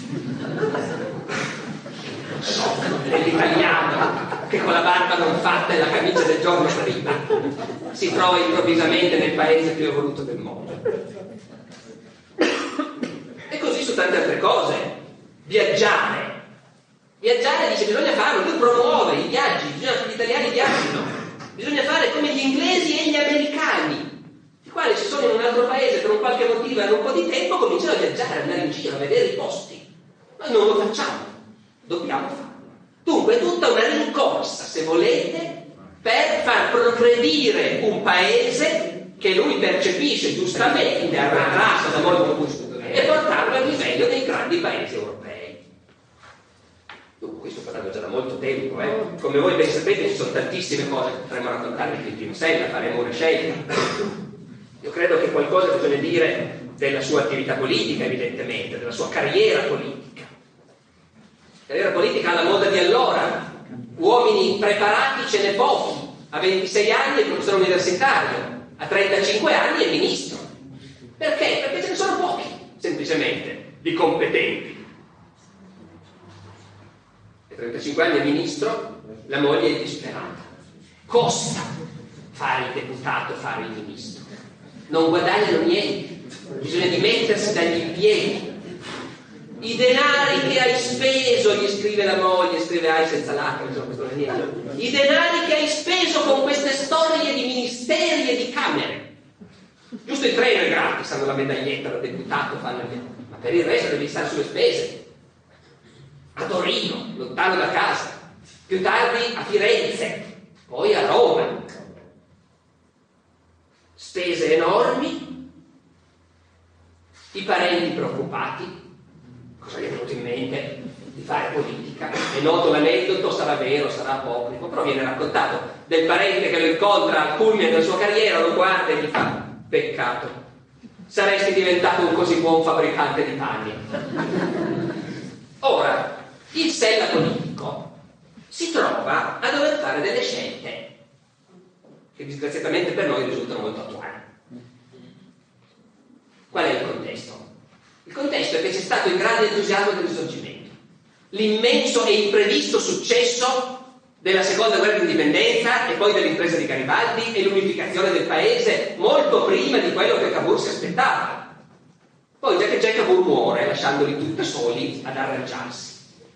Dell'italiano che con la barba non fatta e la camicia del giorno prima si trova improvvisamente nel paese più evoluto del mondo. E così su tante altre cose. Viaggiare. Viaggiare, dice, bisogna farlo. Lui promuove i viaggi, bisogna che gli italiani viaggino. Bisogna fare come gli inglesi e gli americani, i quali si sono in un altro paese per un qualche motivo e hanno un po' di tempo, cominciano a viaggiare, andare in giro, a vedere i posti. Noi non lo facciamo, dobbiamo farlo. Dunque è tutta una rincorsa, se volete, per far progredire un paese che lui percepisce giustamente arretrato da molto gusto e portarlo al livello dei grandi paesi europei. Dunque questo parlando già da molto tempo, eh. Come voi ben sapete ci sono tantissime cose che potremmo raccontare di Quintino Sella, faremo una scelta. Io credo che qualcosa bisogna dire della sua attività politica, evidentemente, della sua carriera politica. Carriera politica alla moda di allora, uomini preparati ce n'è pochi, a ventisei anni è professore universitario, a trentacinque anni è ministro. Perché? Perché ce ne sono pochi, semplicemente, di competenti. A trentacinque anni è ministro, la moglie è disperata. Costa fare il deputato, fare il ministro. Non guadagnano niente, bisogna dimettersi dagli piedi. I denari che hai speso, gli scrive la moglie, scrive hai senza lacrime, insomma, questo non è niente. I denari che hai speso con queste storie di ministeri e di camere. Giusto il treno è gratis, hanno la medaglietta da deputato, fanno il... ma per il resto devi stare sulle spese. A Torino, lontano da casa, più tardi a Firenze, poi a Roma. Spese enormi, i parenti preoccupati. Cosa gli è venuto in mente di fare politica? È noto l'aneddoto, sarà vero, sarà apocrifo, però viene raccontato del parente che lo incontra al culmine della sua carriera, lo guarda e gli fa: peccato, saresti diventato un così buon fabbricante di panni. Ora, il Sella politico si trova a dover fare delle scelte che disgraziatamente per noi risultano molto attuali. Qual è il contesto? Il contesto è che c'è stato il grande entusiasmo del Risorgimento, l'immenso e imprevisto successo della seconda guerra d'indipendenza e poi dell'impresa di Garibaldi e l'unificazione del paese molto prima di quello che Cavour si aspettava. Poi già che già Cavour muore lasciandoli tutti soli ad arrangiarsi.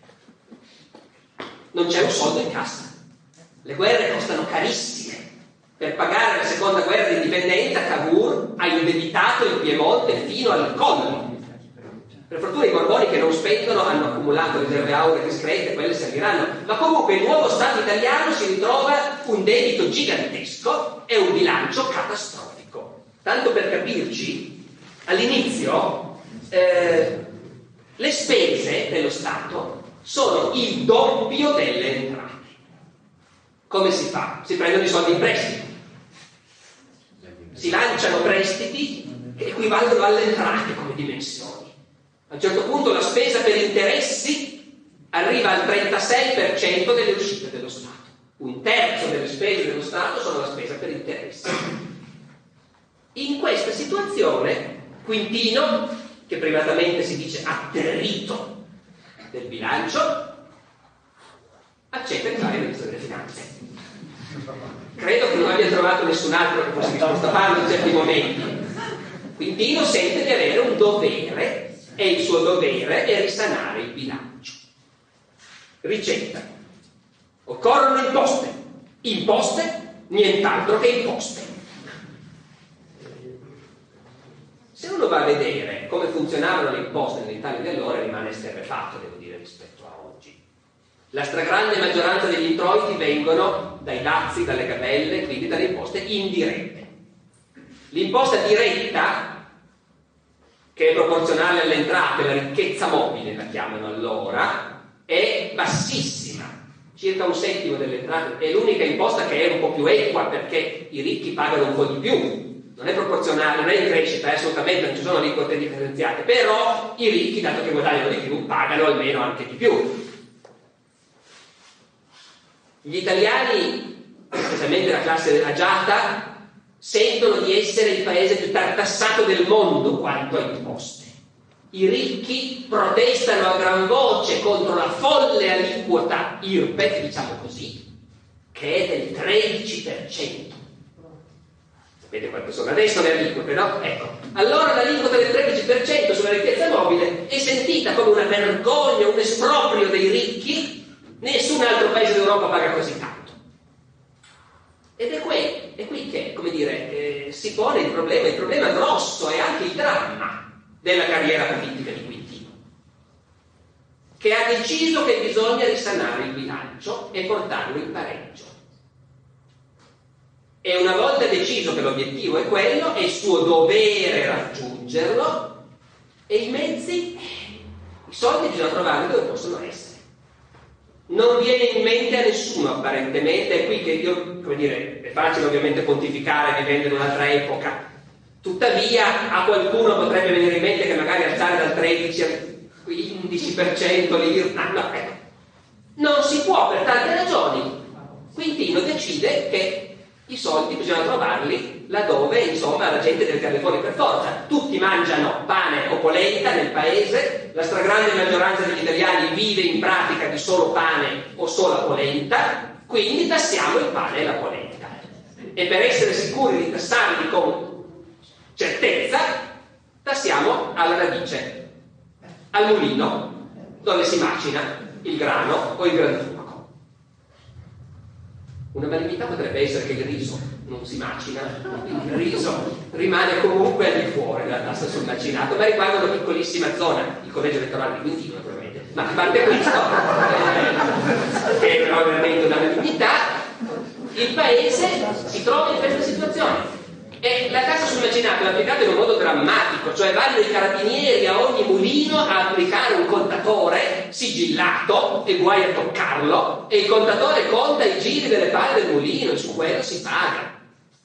Non c'è un soldo in cassa, le guerre costano carissime. Per pagare la seconda guerra d'indipendenza Cavour ha indebitato il Piemonte fino al collo. Per fortuna i Borboni che non spendono hanno accumulato riserve auree discrete, quelle serviranno, ma comunque il nuovo Stato italiano si ritrova un debito gigantesco e un bilancio catastrofico. Tanto per capirci, all'inizio eh, le spese dello Stato sono il doppio delle entrate. Come si fa? Si prendono i soldi in prestito, si lanciano prestiti che equivalgono alle entrate come dimensioni. A un certo punto la spesa per interessi arriva al trentasei per cento delle uscite dello Stato. Un terzo delle spese dello Stato sono la spesa per interessi. In questa situazione Quintino, che privatamente si dice atterrito del bilancio, accetta di fare il ministro delle finanze. Credo che non abbia trovato nessun altro che fosse disposto a farlo in certi momenti. Quintino sente di avere un dovere e il suo dovere è risanare il bilancio. Ricetta: occorrono imposte, imposte, nient'altro che imposte. Se uno va a vedere come funzionavano le imposte nell'Italia di allora rimane esterrefatto, devo dire, rispetto a oggi. La stragrande maggioranza degli introiti vengono dai dazi, dalle gabelle, quindi dalle imposte indirette. L'imposta diretta, che è proporzionale alle entrate, la ricchezza mobile la chiamano allora, è bassissima, circa un settimo delle entrate. È l'unica imposta che è un po' più equa perché i ricchi pagano un po' di più, non è proporzionale, non è in crescita, assolutamente, non ci sono aliquote differenziate, però i ricchi, dato che guadagnano di più, pagano almeno anche di più. Gli italiani, specialmente la classe agiata, sentono di essere il paese più tartassato del mondo quanto a imposte. I ricchi protestano a gran voce contro la folle aliquota I R P E F, diciamo così, che è del tredici per cento. Sapete quante sono adesso le aliquote, no? Ecco, allora l'aliquota del tredici per cento sulla ricchezza mobile è sentita come una vergogna, un esproprio dei ricchi. Nessun altro paese d'Europa paga così tanto. Ed è qui, è qui che, come dire, eh, si pone il problema, il problema grosso e anche il dramma della carriera politica di Quintino, che ha deciso che bisogna risanare il bilancio e portarlo in pareggio. E una volta deciso che l'obiettivo è quello, è suo dovere raggiungerlo, e i mezzi, i soldi bisogna trovarli dove possono essere. non viene in mente a nessuno apparentemente. È qui che io, come dire, è facile ovviamente pontificare vivendo in un'altra epoca, tuttavia a qualcuno potrebbe venire in mente che magari alzare dal tredici al quindici per cento l'I R P, no, ecco, non si può per tante ragioni. Quintino decide che i soldi bisogna trovarli laddove, insomma, la gente deve tirarli fuori per forza. Tutti mangiano pane o polenta nel paese, la stragrande maggioranza degli italiani vive in pratica di solo pane o sola polenta, quindi tassiamo il pane e la polenta. E per essere sicuri di tassarli con certezza, tassiamo alla radice, al mulino, dove si macina il grano o il granturco. Una malignità potrebbe essere che il riso non si macina, il riso rimane comunque al di fuori della tassa sul macinato, ma riguarda una piccolissima zona, il collegio elettorale di Quintino naturalmente. Ma a parte questo, eh, che è però veramente una malignità, il paese si trova in questa situazione. E la tassa sul macinato è applicata in un modo drammatico, cioè vanno i carabinieri a ogni mulino a applicare un contatore sigillato, e guai a toccarlo, e il contatore conta i giri delle palle del mulino e su quello si paga.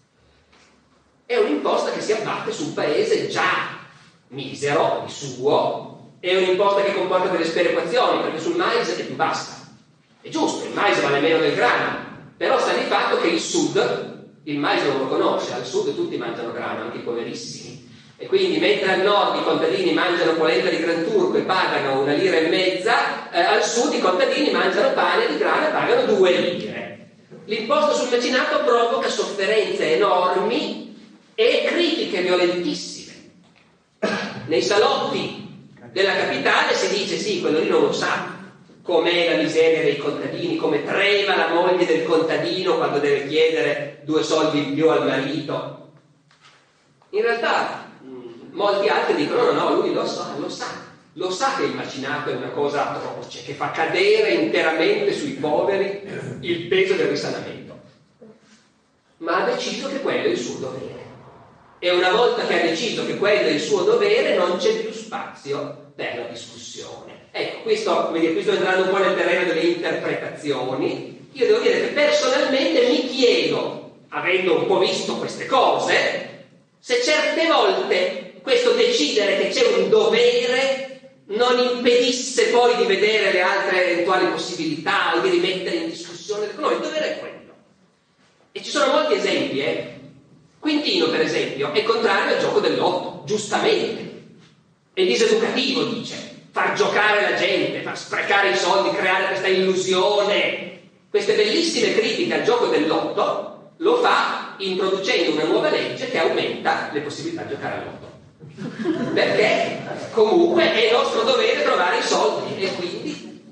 È un'imposta che si abbatte su un paese già misero di suo, è un'imposta che comporta delle sperequazioni, perché sul mais è più bassa. È giusto, il mais vale meno del grano, però sta di fatto che il sud il mais non lo conosce, al sud tutti mangiano grano, anche i poverissimi, e quindi mentre al nord i contadini mangiano polenta di granturco e pagano una lira e mezza, eh, al sud i contadini mangiano pane di grano e pagano due lire. L'imposta sul macinato provoca sofferenze enormi e critiche violentissime. Nei salotti della capitale si dice sì, quello lì non lo sa com'è la miseria dei contadini, come trema la moglie del contadino quando deve chiedere due soldi in più al marito. In realtà mh, molti altri dicono no, no, lui lo sa, lo sa, lo sa che il macinato è una cosa atroce, che fa cadere interamente sui poveri il peso del risanamento, ma ha deciso che quello è il suo dovere. E una volta che ha deciso che quello è il suo dovere non c'è più spazio per la discussione. Ecco, questo, come dire, questo entrando un po' nel terreno delle interpretazioni. Io devo dire che personalmente mi chiedo, avendo un po' visto queste cose, se certe volte questo decidere che c'è un dovere non impedisse poi di vedere le altre eventuali possibilità o di rimettere in discussione. No, il dovere è quello. E ci sono molti esempi, eh. Quintino, per esempio, è contrario al gioco del lotto, giustamente. È diseducativo, dice. Far giocare la gente, far sprecare i soldi, creare questa illusione, queste bellissime critiche al gioco del lotto, lo fa introducendo una nuova legge che aumenta le possibilità di giocare al lotto. Perché comunque è nostro dovere trovare i soldi, e quindi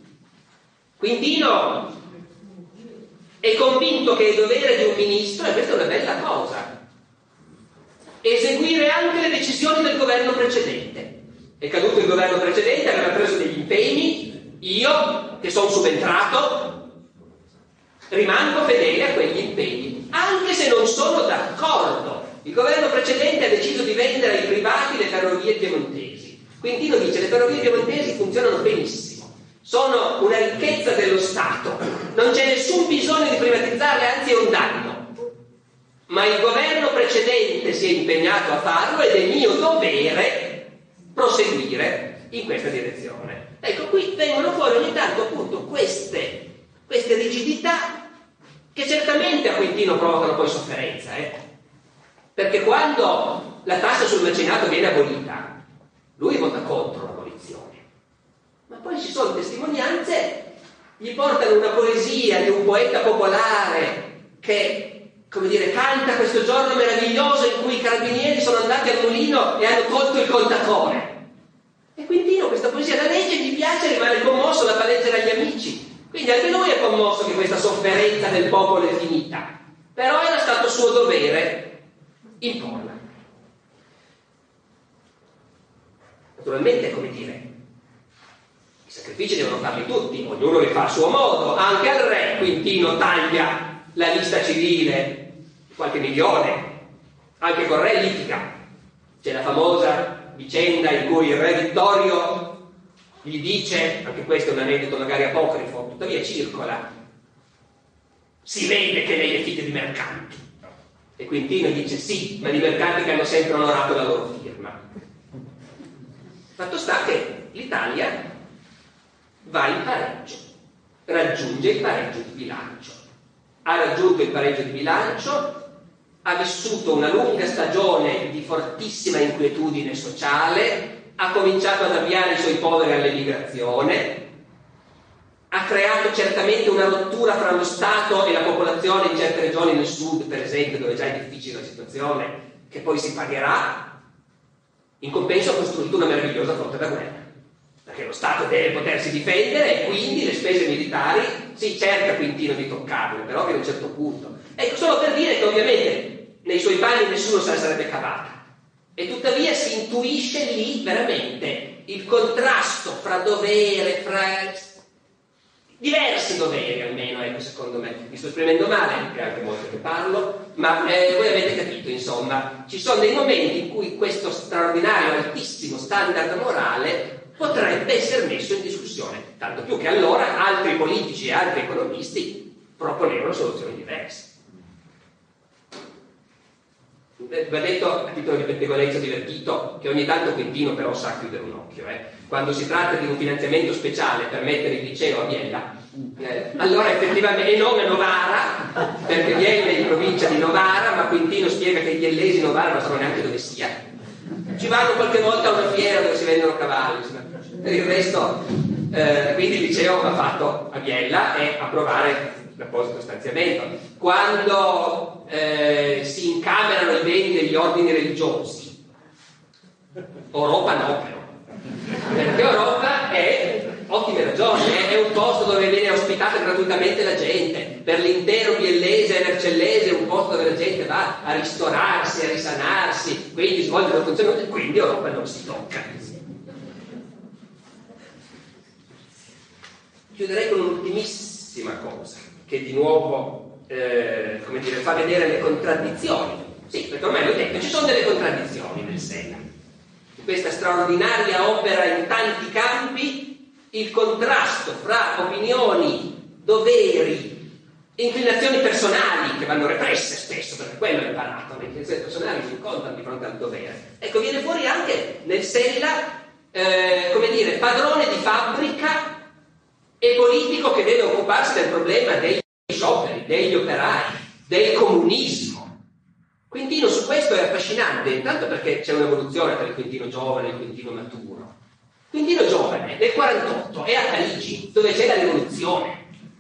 Quintino è convinto che è dovere di un ministro, e questa è una bella cosa, eseguire anche le decisioni del governo precedente. È caduto il governo precedente, aveva preso degli impegni, io che sono subentrato rimango fedele a quegli impegni, anche se non sono d'accordo. Il governo precedente ha deciso di vendere ai privati le ferrovie piemontesi. Quintino dice: le ferrovie piemontesi funzionano benissimo, sono una ricchezza dello Stato, non c'è nessun bisogno di privatizzarle, anzi è un danno, ma il governo precedente si è impegnato a farlo ed è mio dovere proseguire in questa direzione. Ecco, qui vengono fuori ogni tanto appunto queste, queste rigidità che certamente a Quintino provocano poi sofferenza, eh? Perché quando la tassa sul macinato viene abolita, lui vota contro l'abolizione, ma poi ci sono testimonianze, gli portano una poesia di un poeta popolare che, come dire, canta questo giorno meraviglioso in cui i carabinieri sono andati al mulino e hanno tolto il contatore. E Quintino questa poesia la legge, gli piace, rimane commosso, la fa leggere agli amici. Quindi anche lui è commosso che questa sofferenza del popolo è finita. Però era stato suo dovere imporla. Naturalmente, come dire, i sacrifici devono farli tutti, ognuno li fa a suo modo. Anche al re Quintino taglia la lista civile, qualche milione, anche col re litiga. C'è la famosa vicenda in cui il re Vittorio gli dice, anche questo è un aneddoto magari apocrifo, tuttavia circola, si vede che lei è figlia di mercanti. E Quintino dice sì, ma di mercanti che hanno sempre onorato la loro firma. Fatto sta che l'Italia va in pareggio, raggiunge il pareggio di bilancio. Ha raggiunto il pareggio di bilancio, ha vissuto una lunga stagione di fortissima inquietudine sociale, ha cominciato ad avviare i suoi poveri all'emigrazione, ha creato certamente una rottura fra lo Stato e la popolazione in certe regioni nel sud, per esempio, dove già è difficile la situazione, che poi si pagherà. In compenso ha costruito una meravigliosa flotta da guerra, perché lo Stato deve potersi difendere e quindi le spese militari, sì, cerca Quintino di toccarle, però fino a un certo punto. Ecco, solo per dire che ovviamente nei suoi panni nessuno se la sarebbe cavata. E tuttavia si intuisce lì veramente il contrasto fra dovere, fra diversi doveri almeno, ecco, secondo me. Mi sto esprimendo male, è anche molto che parlo, ma eh, voi avete capito, insomma. Ci sono dei momenti in cui questo straordinario, altissimo standard morale potrebbe essere messo in discussione, tanto più che allora altri politici e altri economisti proponevano soluzioni diverse. Va detto a titolo di pettegolezzo divertito che ogni tanto Quintino però sa chiudere un occhio, eh. Quando si tratta di un finanziamento speciale per mettere il liceo a Biella, eh, allora effettivamente, e non a Novara, perché Biella è in provincia di Novara, ma Quintino spiega che gli ellesi Novara non sanno neanche dove sia, ci vanno qualche volta a una fiera dove si vendono cavalli, insomma. Per il resto eh, quindi il liceo va fatto a Biella e approvare l'apposito stanziamento. Quando eh, si incamerano i beni degli ordini religiosi, Europa no però, perché Europa è, ottime ragioni, è, è un posto dove viene ospitata gratuitamente la gente, per l'intero biellese e vercellese è un posto dove la gente va a ristorarsi, a risanarsi, quindi svolge una funzione, quindi Europa non si tocca. Chiuderei con un'ultimissima cosa che di nuovo eh, come dire, fa vedere le contraddizioni. Sì, perché ormai l'ho detto, ci sono delle contraddizioni nel Sella. In questa straordinaria opera in tanti campi, il contrasto fra opinioni, doveri, inclinazioni personali che vanno represse spesso, perché quello è imparato, le inclinazioni personali si incontrano di fronte al dovere. Ecco, viene fuori anche nel Sella, eh, come dire, padrone di fabbrica e politico che deve occuparsi del problema degli scioperi, degli operai, del comunismo. Quintino su questo è affascinante, intanto perché c'è un'evoluzione tra il Quintino giovane e il Quintino maturo. Quintino giovane nel quarantotto è a Parigi, dove c'è la rivoluzione,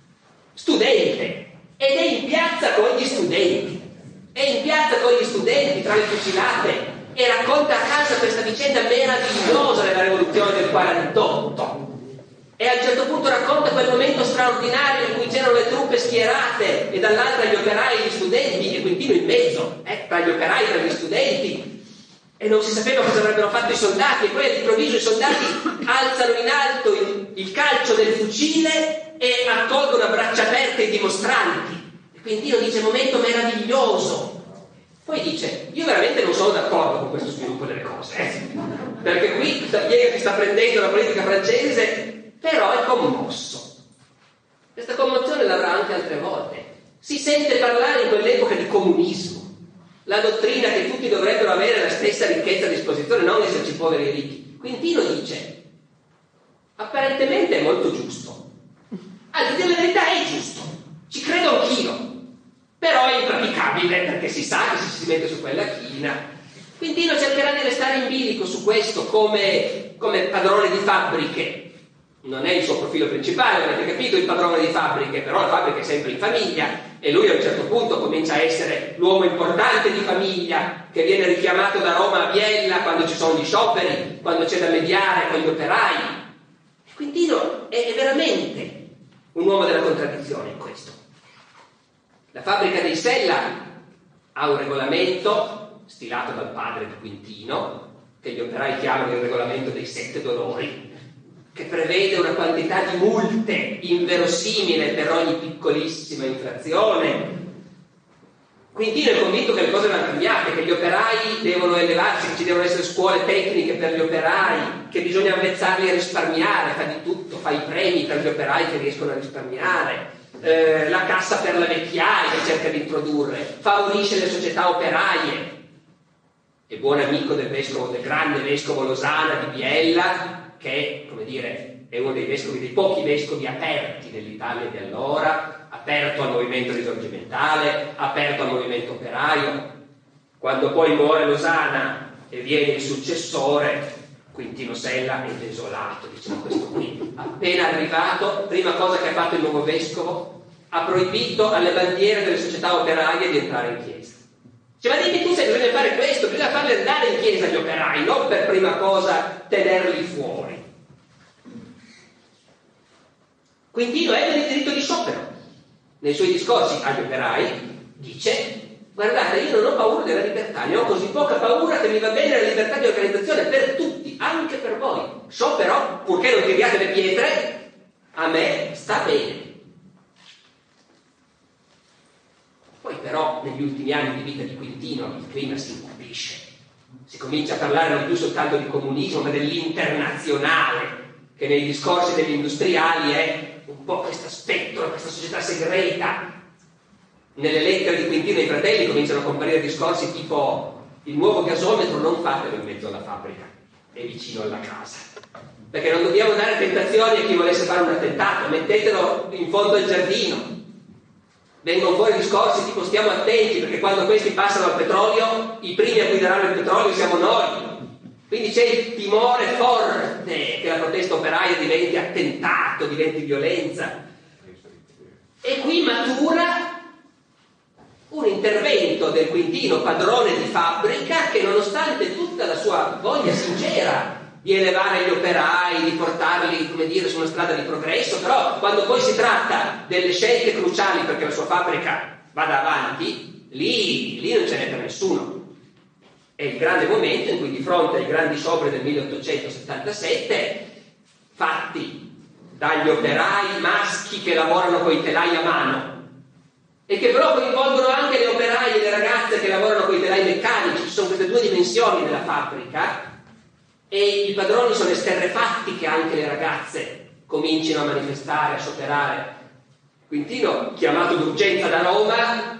studente, ed è in piazza con gli studenti, è in piazza con gli studenti tra le fucilate e racconta a casa questa vicenda meravigliosa della rivoluzione del quarantotto. E a un certo punto racconta quel momento straordinario in cui c'erano le truppe schierate e dall'altra gli operai e gli studenti e Quintino in mezzo, eh, tra gli operai e tra gli studenti, e non si sapeva cosa avrebbero fatto i soldati, e poi all'improvviso i soldati alzano in alto il, il calcio del fucile e accolgono a braccia aperte i dimostranti. E Quintino dice: momento meraviglioso. Poi dice: io veramente non sono d'accordo con questo sviluppo delle cose, eh, perché qui la piega che sta prendendo la politica francese, però è commosso. Questa commozione l'avrà anche altre volte. Si sente parlare in quell'epoca di comunismo, la dottrina che tutti dovrebbero avere la stessa ricchezza a disposizione, non esserci poveri e ricchi. Quintino dice: apparentemente è molto giusto, anzi, dire la verità, è giusto, ci credo anch'io, però è impraticabile perché si sa che se si mette su quella china. Quintino cercherà di restare in bilico su questo come, come padrone di fabbriche. Non è il suo profilo principale, avete capito, il padrone di fabbriche, però la fabbrica è sempre in famiglia e lui a un certo punto comincia a essere l'uomo importante di famiglia che viene richiamato da Roma a Biella quando ci sono gli scioperi, quando c'è da mediare con gli operai. E Quintino è, è veramente un uomo della contraddizione in questo. La fabbrica dei Sella ha un regolamento stilato dal padre di Quintino, che gli operai chiamano il regolamento dei sette dolori, che prevede una quantità di multe inverosimile per ogni piccolissima infrazione. Quintino è convinto che le cose vanno cambiate, che gli operai devono elevarsi, che ci devono essere scuole tecniche per gli operai, che bisogna avvezzarli a risparmiare, fa di tutto, fa i premi per gli operai che riescono a risparmiare, eh, la cassa per la vecchiaia che cerca di introdurre, favorisce le società operaie. È buon amico del vescovo, del grande vescovo Losana di Biella, che, come dire, è uno dei vescovi, dei pochi vescovi aperti nell'Italia di allora, aperto al movimento risorgimentale, aperto al movimento operaio. Quando poi muore Losana e viene il successore, Quintino Sella è desolato, diciamo questo qui. Appena arrivato, prima cosa che ha fatto il nuovo vescovo, ha proibito alle bandiere delle società operaie di entrare in chiesa. Cioè, ma dimmi tu se bisogna fare questo, bisogna farli andare in chiesa gli operai, non per prima cosa tenerli fuori. Quintino ebbe il diritto di sciopero. Nei suoi discorsi agli operai dice: guardate, io non ho paura della libertà, ne ho così poca paura che mi va bene la libertà di organizzazione per tutti, anche per voi. Sciopero, purché non tiriate le pietre, a me sta bene. Poi però negli ultimi anni di vita di Quintino il clima si incupisce, si comincia a parlare non più soltanto di comunismo ma dell'internazionale, che nei discorsi degli industriali è un po' questo spettro, questa società segreta. Nelle lettere di Quintino ai fratelli cominciano a comparire discorsi tipo: il nuovo gasometro non fatelo in mezzo alla fabbrica, è vicino alla casa, perché non dobbiamo dare tentazioni a chi volesse fare un attentato, mettetelo in fondo al giardino. Vengono fuori discorsi tipo: stiamo attenti perché quando questi passano al petrolio i primi a cui daranno il petrolio siamo noi. Quindi c'è il timore forte che la protesta operaia diventi attentato, diventi violenza. E qui matura un intervento del Quintino, padrone di fabbrica, che nonostante tutta la sua voglia sincera di elevare gli operai, di portarli, come dire, su una strada di progresso, però quando poi si tratta delle scelte cruciali perché la sua fabbrica vada avanti, lì, lì non ce n'è per nessuno. È il grande momento in cui, di fronte ai grandi scioperi del milleottocentosettantasette, fatti dagli operai maschi che lavorano con i telai a mano e che però coinvolgono anche le operaie e le ragazze che lavorano con i telai meccanici, ci sono queste due dimensioni della fabbrica, e i padroni sono esterrefatti che anche le ragazze comincino a manifestare, a scioperare. Quintino, chiamato d'urgenza da Roma,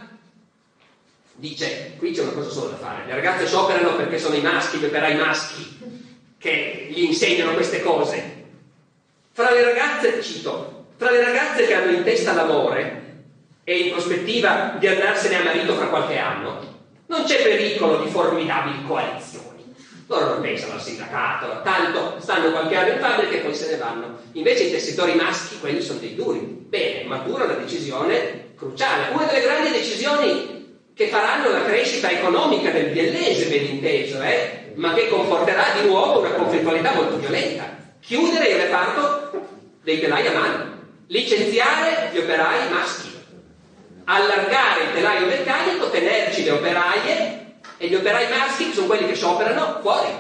dice: qui c'è una cosa sola da fare, le ragazze scioperano perché sono i maschi, gli operai maschi che gli insegnano queste cose. Fra le ragazze, cito, fra le ragazze che hanno in testa l'amore e in prospettiva di andarsene a marito fra qualche anno, non c'è pericolo di formidabili coalizioni. Loro non pensano al sindacato, tanto stanno qualche anno in fabbrica e poi se ne vanno. Invece i tessitori maschi, quelli sono dei duri. Bene, matura una decisione cruciale, una delle grandi decisioni che faranno la crescita economica del biellese, ben inteso, eh? ma che comporterà di nuovo una conflittualità molto violenta. Chiudere il reparto dei telai a mano, licenziare gli operai maschi, allargare il telaio meccanico, tenerci le operaie e gli operai maschi, che sono quelli che scioperano, fuori.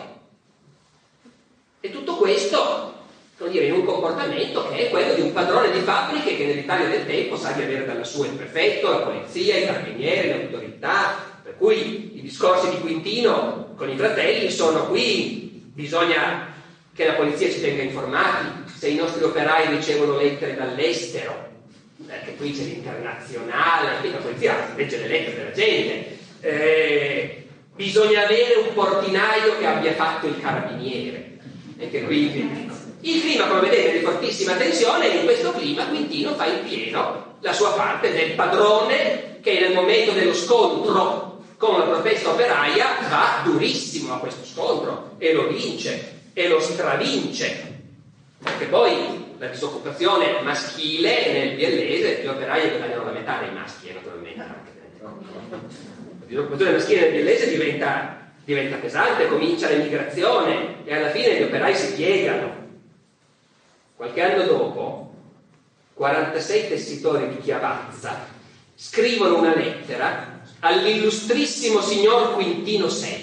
E tutto questo, come dire, in un comportamento che è quello di un padrone di fabbriche che nell'Italia del tempo sa di avere dalla sua il prefetto, la polizia, i carabinieri, le autorità, per cui i discorsi di Quintino con i fratelli sono: qui bisogna che la polizia ci tenga informati, se i nostri operai ricevono lettere dall'estero, perché qui c'è l'internazionale, qui la polizia legge le lettere della gente, eh, bisogna avere un portinaio che abbia fatto il carabiniere, e che quindi il clima, come vedete, è di fortissima tensione, e in questo clima Quintino fa in pieno la sua parte del padrone, che nel momento dello scontro con la protesta operaia va durissimo a questo scontro e lo vince e lo stravince, perché poi la disoccupazione maschile nel biellese, gli operai guadagnano la metà dei maschi, e naturalmente anche la disoccupazione maschile nel biellese diventa, diventa pesante, comincia l'emigrazione e alla fine gli operai si piegano. Qualche anno dopo, quarantasei tessitori di Chiavazza scrivono una lettera all'illustrissimo signor Quintino Sella.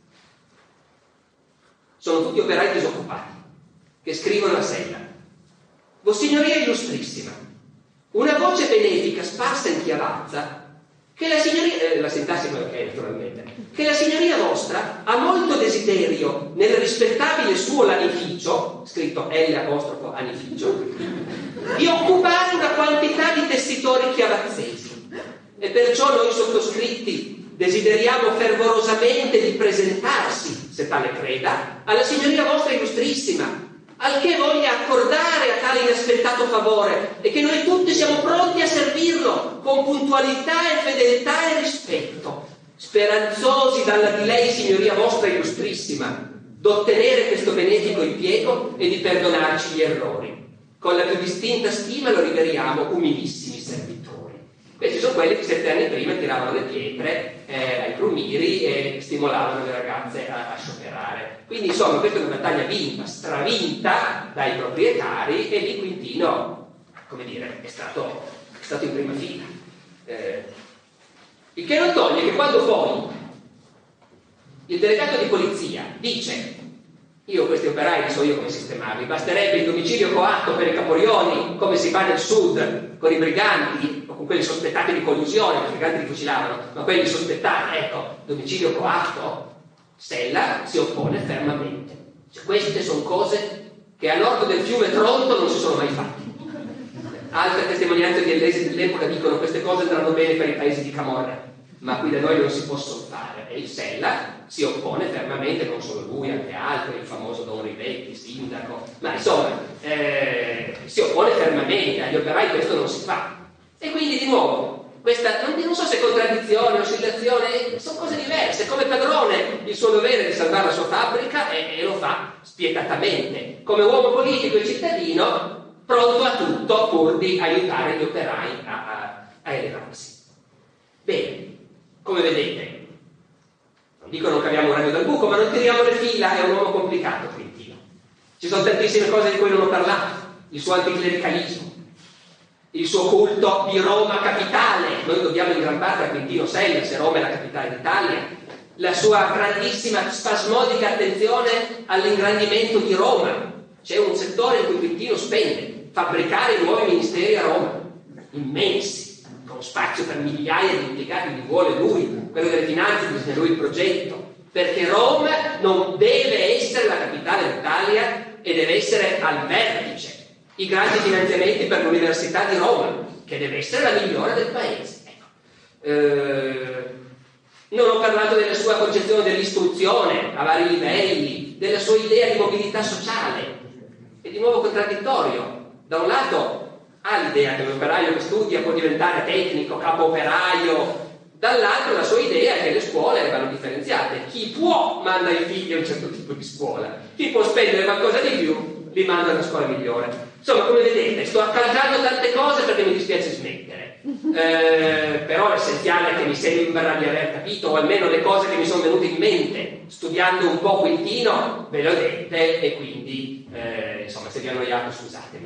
Sono tutti operai disoccupati che scrivono a Sella: Vossignoria illustrissima, una voce benefica sparsa in Chiavazza che la signoria, eh, la sintassi è ok naturalmente, che la signoria vostra ha molto desiderio nel rispettabile suo lanificio, scritto L apostrofo anificio, di occupare una quantità di tessitori chiavazzesi, e perciò noi sottoscritti desideriamo fervorosamente di presentarsi, se tale creda, alla signoria vostra illustrissima, al che voglia accordare a tale inaspettato favore, e che noi tutti siamo pronti a servirlo con puntualità e fedeltà e rispetto, speranzosi dalla di lei signoria vostra illustrissima d'ottenere questo benefico impiego e di perdonarci gli errori. Con la più distinta stima lo riveriamo umilissimi servitori. Questi sono quelli che sette anni prima tiravano le pietre eh, ai prumiri e stimolavano le ragazze a, a scioperare. Quindi insomma questa è una battaglia vinta, stravinta dai proprietari, e lì Quintino, come dire, è stato, è stato in prima fila. Eh, il che non toglie che quando poi il delegato di polizia dice: io questi operai so io come sistemarli, basterebbe il domicilio coatto per i caporioni, come si fa nel sud con i briganti o con quelli sospettati di collusione, perché i briganti li fucilavano, ma quelli sospettati, ecco, domicilio coatto, Sella si oppone fermamente. Cioè, queste sono cose che a nord del fiume Tronto non si sono mai fatte. Altre testimonianze di ellesi dell'epoca dicono: queste cose andranno bene per i paesi di Camorra, ma qui da noi non si possono fare. E il Sella si oppone fermamente, non solo lui, anche altri, il famoso Don Rivetti, sindaco, ma insomma eh, si oppone fermamente agli operai, questo non si fa. E quindi di nuovo questa, non, non so se contraddizione, oscillazione, sono cose diverse. Come padrone il suo dovere è di salvare la sua fabbrica e, e lo fa spietatamente, come uomo politico e cittadino pronto a tutto pur di aiutare gli operai a, a, a elevarsi. Bene, come vedete, non dico non caviamo un ragno dal buco, ma non tiriamo le fila, è un uomo complicato Quintino. Ci sono tantissime cose di cui non ho parlato: il suo anticlericalismo, il suo culto di Roma capitale, noi dobbiamo in gran parte a Quintino Sella, se Roma è la capitale d'Italia, la sua grandissima spasmodica attenzione all'ingrandimento di Roma. C'è un settore in cui Quintino spende: fabbricare i nuovi ministeri a Roma, immensi, con spazio per migliaia di impiegati, li vuole lui. Quello delle finanze bisogna lui il progetto, perché Roma non deve essere la capitale d'Italia e deve essere al vertice. I grandi finanziamenti per l'Università di Roma, che deve essere la migliore del paese. Ecco. Eh, non ho parlato della sua concezione dell'istruzione a vari livelli, della sua idea di mobilità sociale. È di nuovo contraddittorio. Da un lato ha l'idea che l'operaio che studia può diventare tecnico, capo operaio, dall'altro la sua idea è che le scuole vanno differenziate. Chi può manda i figli a un certo tipo di scuola, chi può spendere qualcosa di più li manda a una scuola migliore. Insomma, come vedete, sto accalcando tante cose perché mi dispiace smettere, eh, però l'essenziale è che mi sembra di aver capito, o almeno le cose che mi sono venute in mente studiando un po' Quintino ve le ho dette, e quindi eh, insomma, se vi ho annoiato scusatemi.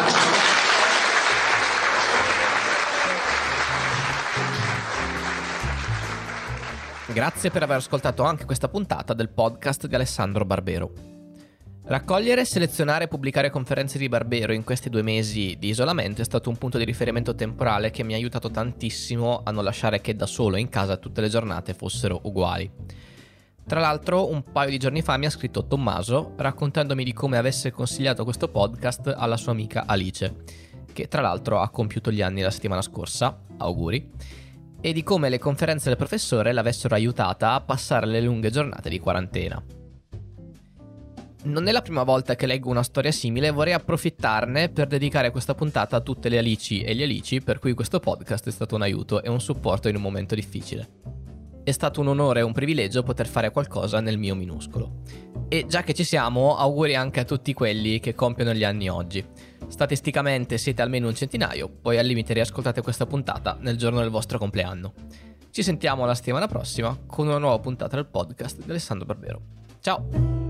Grazie per aver ascoltato anche questa puntata del podcast di Alessandro Barbero. Raccogliere, selezionare e pubblicare conferenze di Barbero in questi due mesi di isolamento è stato un punto di riferimento temporale che mi ha aiutato tantissimo a non lasciare che da solo in casa tutte le giornate fossero uguali. Tra l'altro, un paio di giorni fa mi ha scritto Tommaso raccontandomi di come avesse consigliato questo podcast alla sua amica Alice, che tra l'altro ha compiuto gli anni la settimana scorsa, auguri, e di come le conferenze del professore l'avessero aiutata a passare le lunghe giornate di quarantena. Non è la prima volta che leggo una storia simile, vorrei approfittarne per dedicare questa puntata a tutte le Alici e gli Alici per cui questo podcast è stato un aiuto e un supporto in un momento difficile. È stato un onore e un privilegio poter fare qualcosa nel mio minuscolo. E già che ci siamo, auguri anche a tutti quelli che compiono gli anni oggi. Statisticamente siete almeno un centinaio, poi al limite riascoltate questa puntata nel giorno del vostro compleanno. Ci sentiamo la settimana prossima con una nuova puntata del podcast di Alessandro Barbero. Ciao!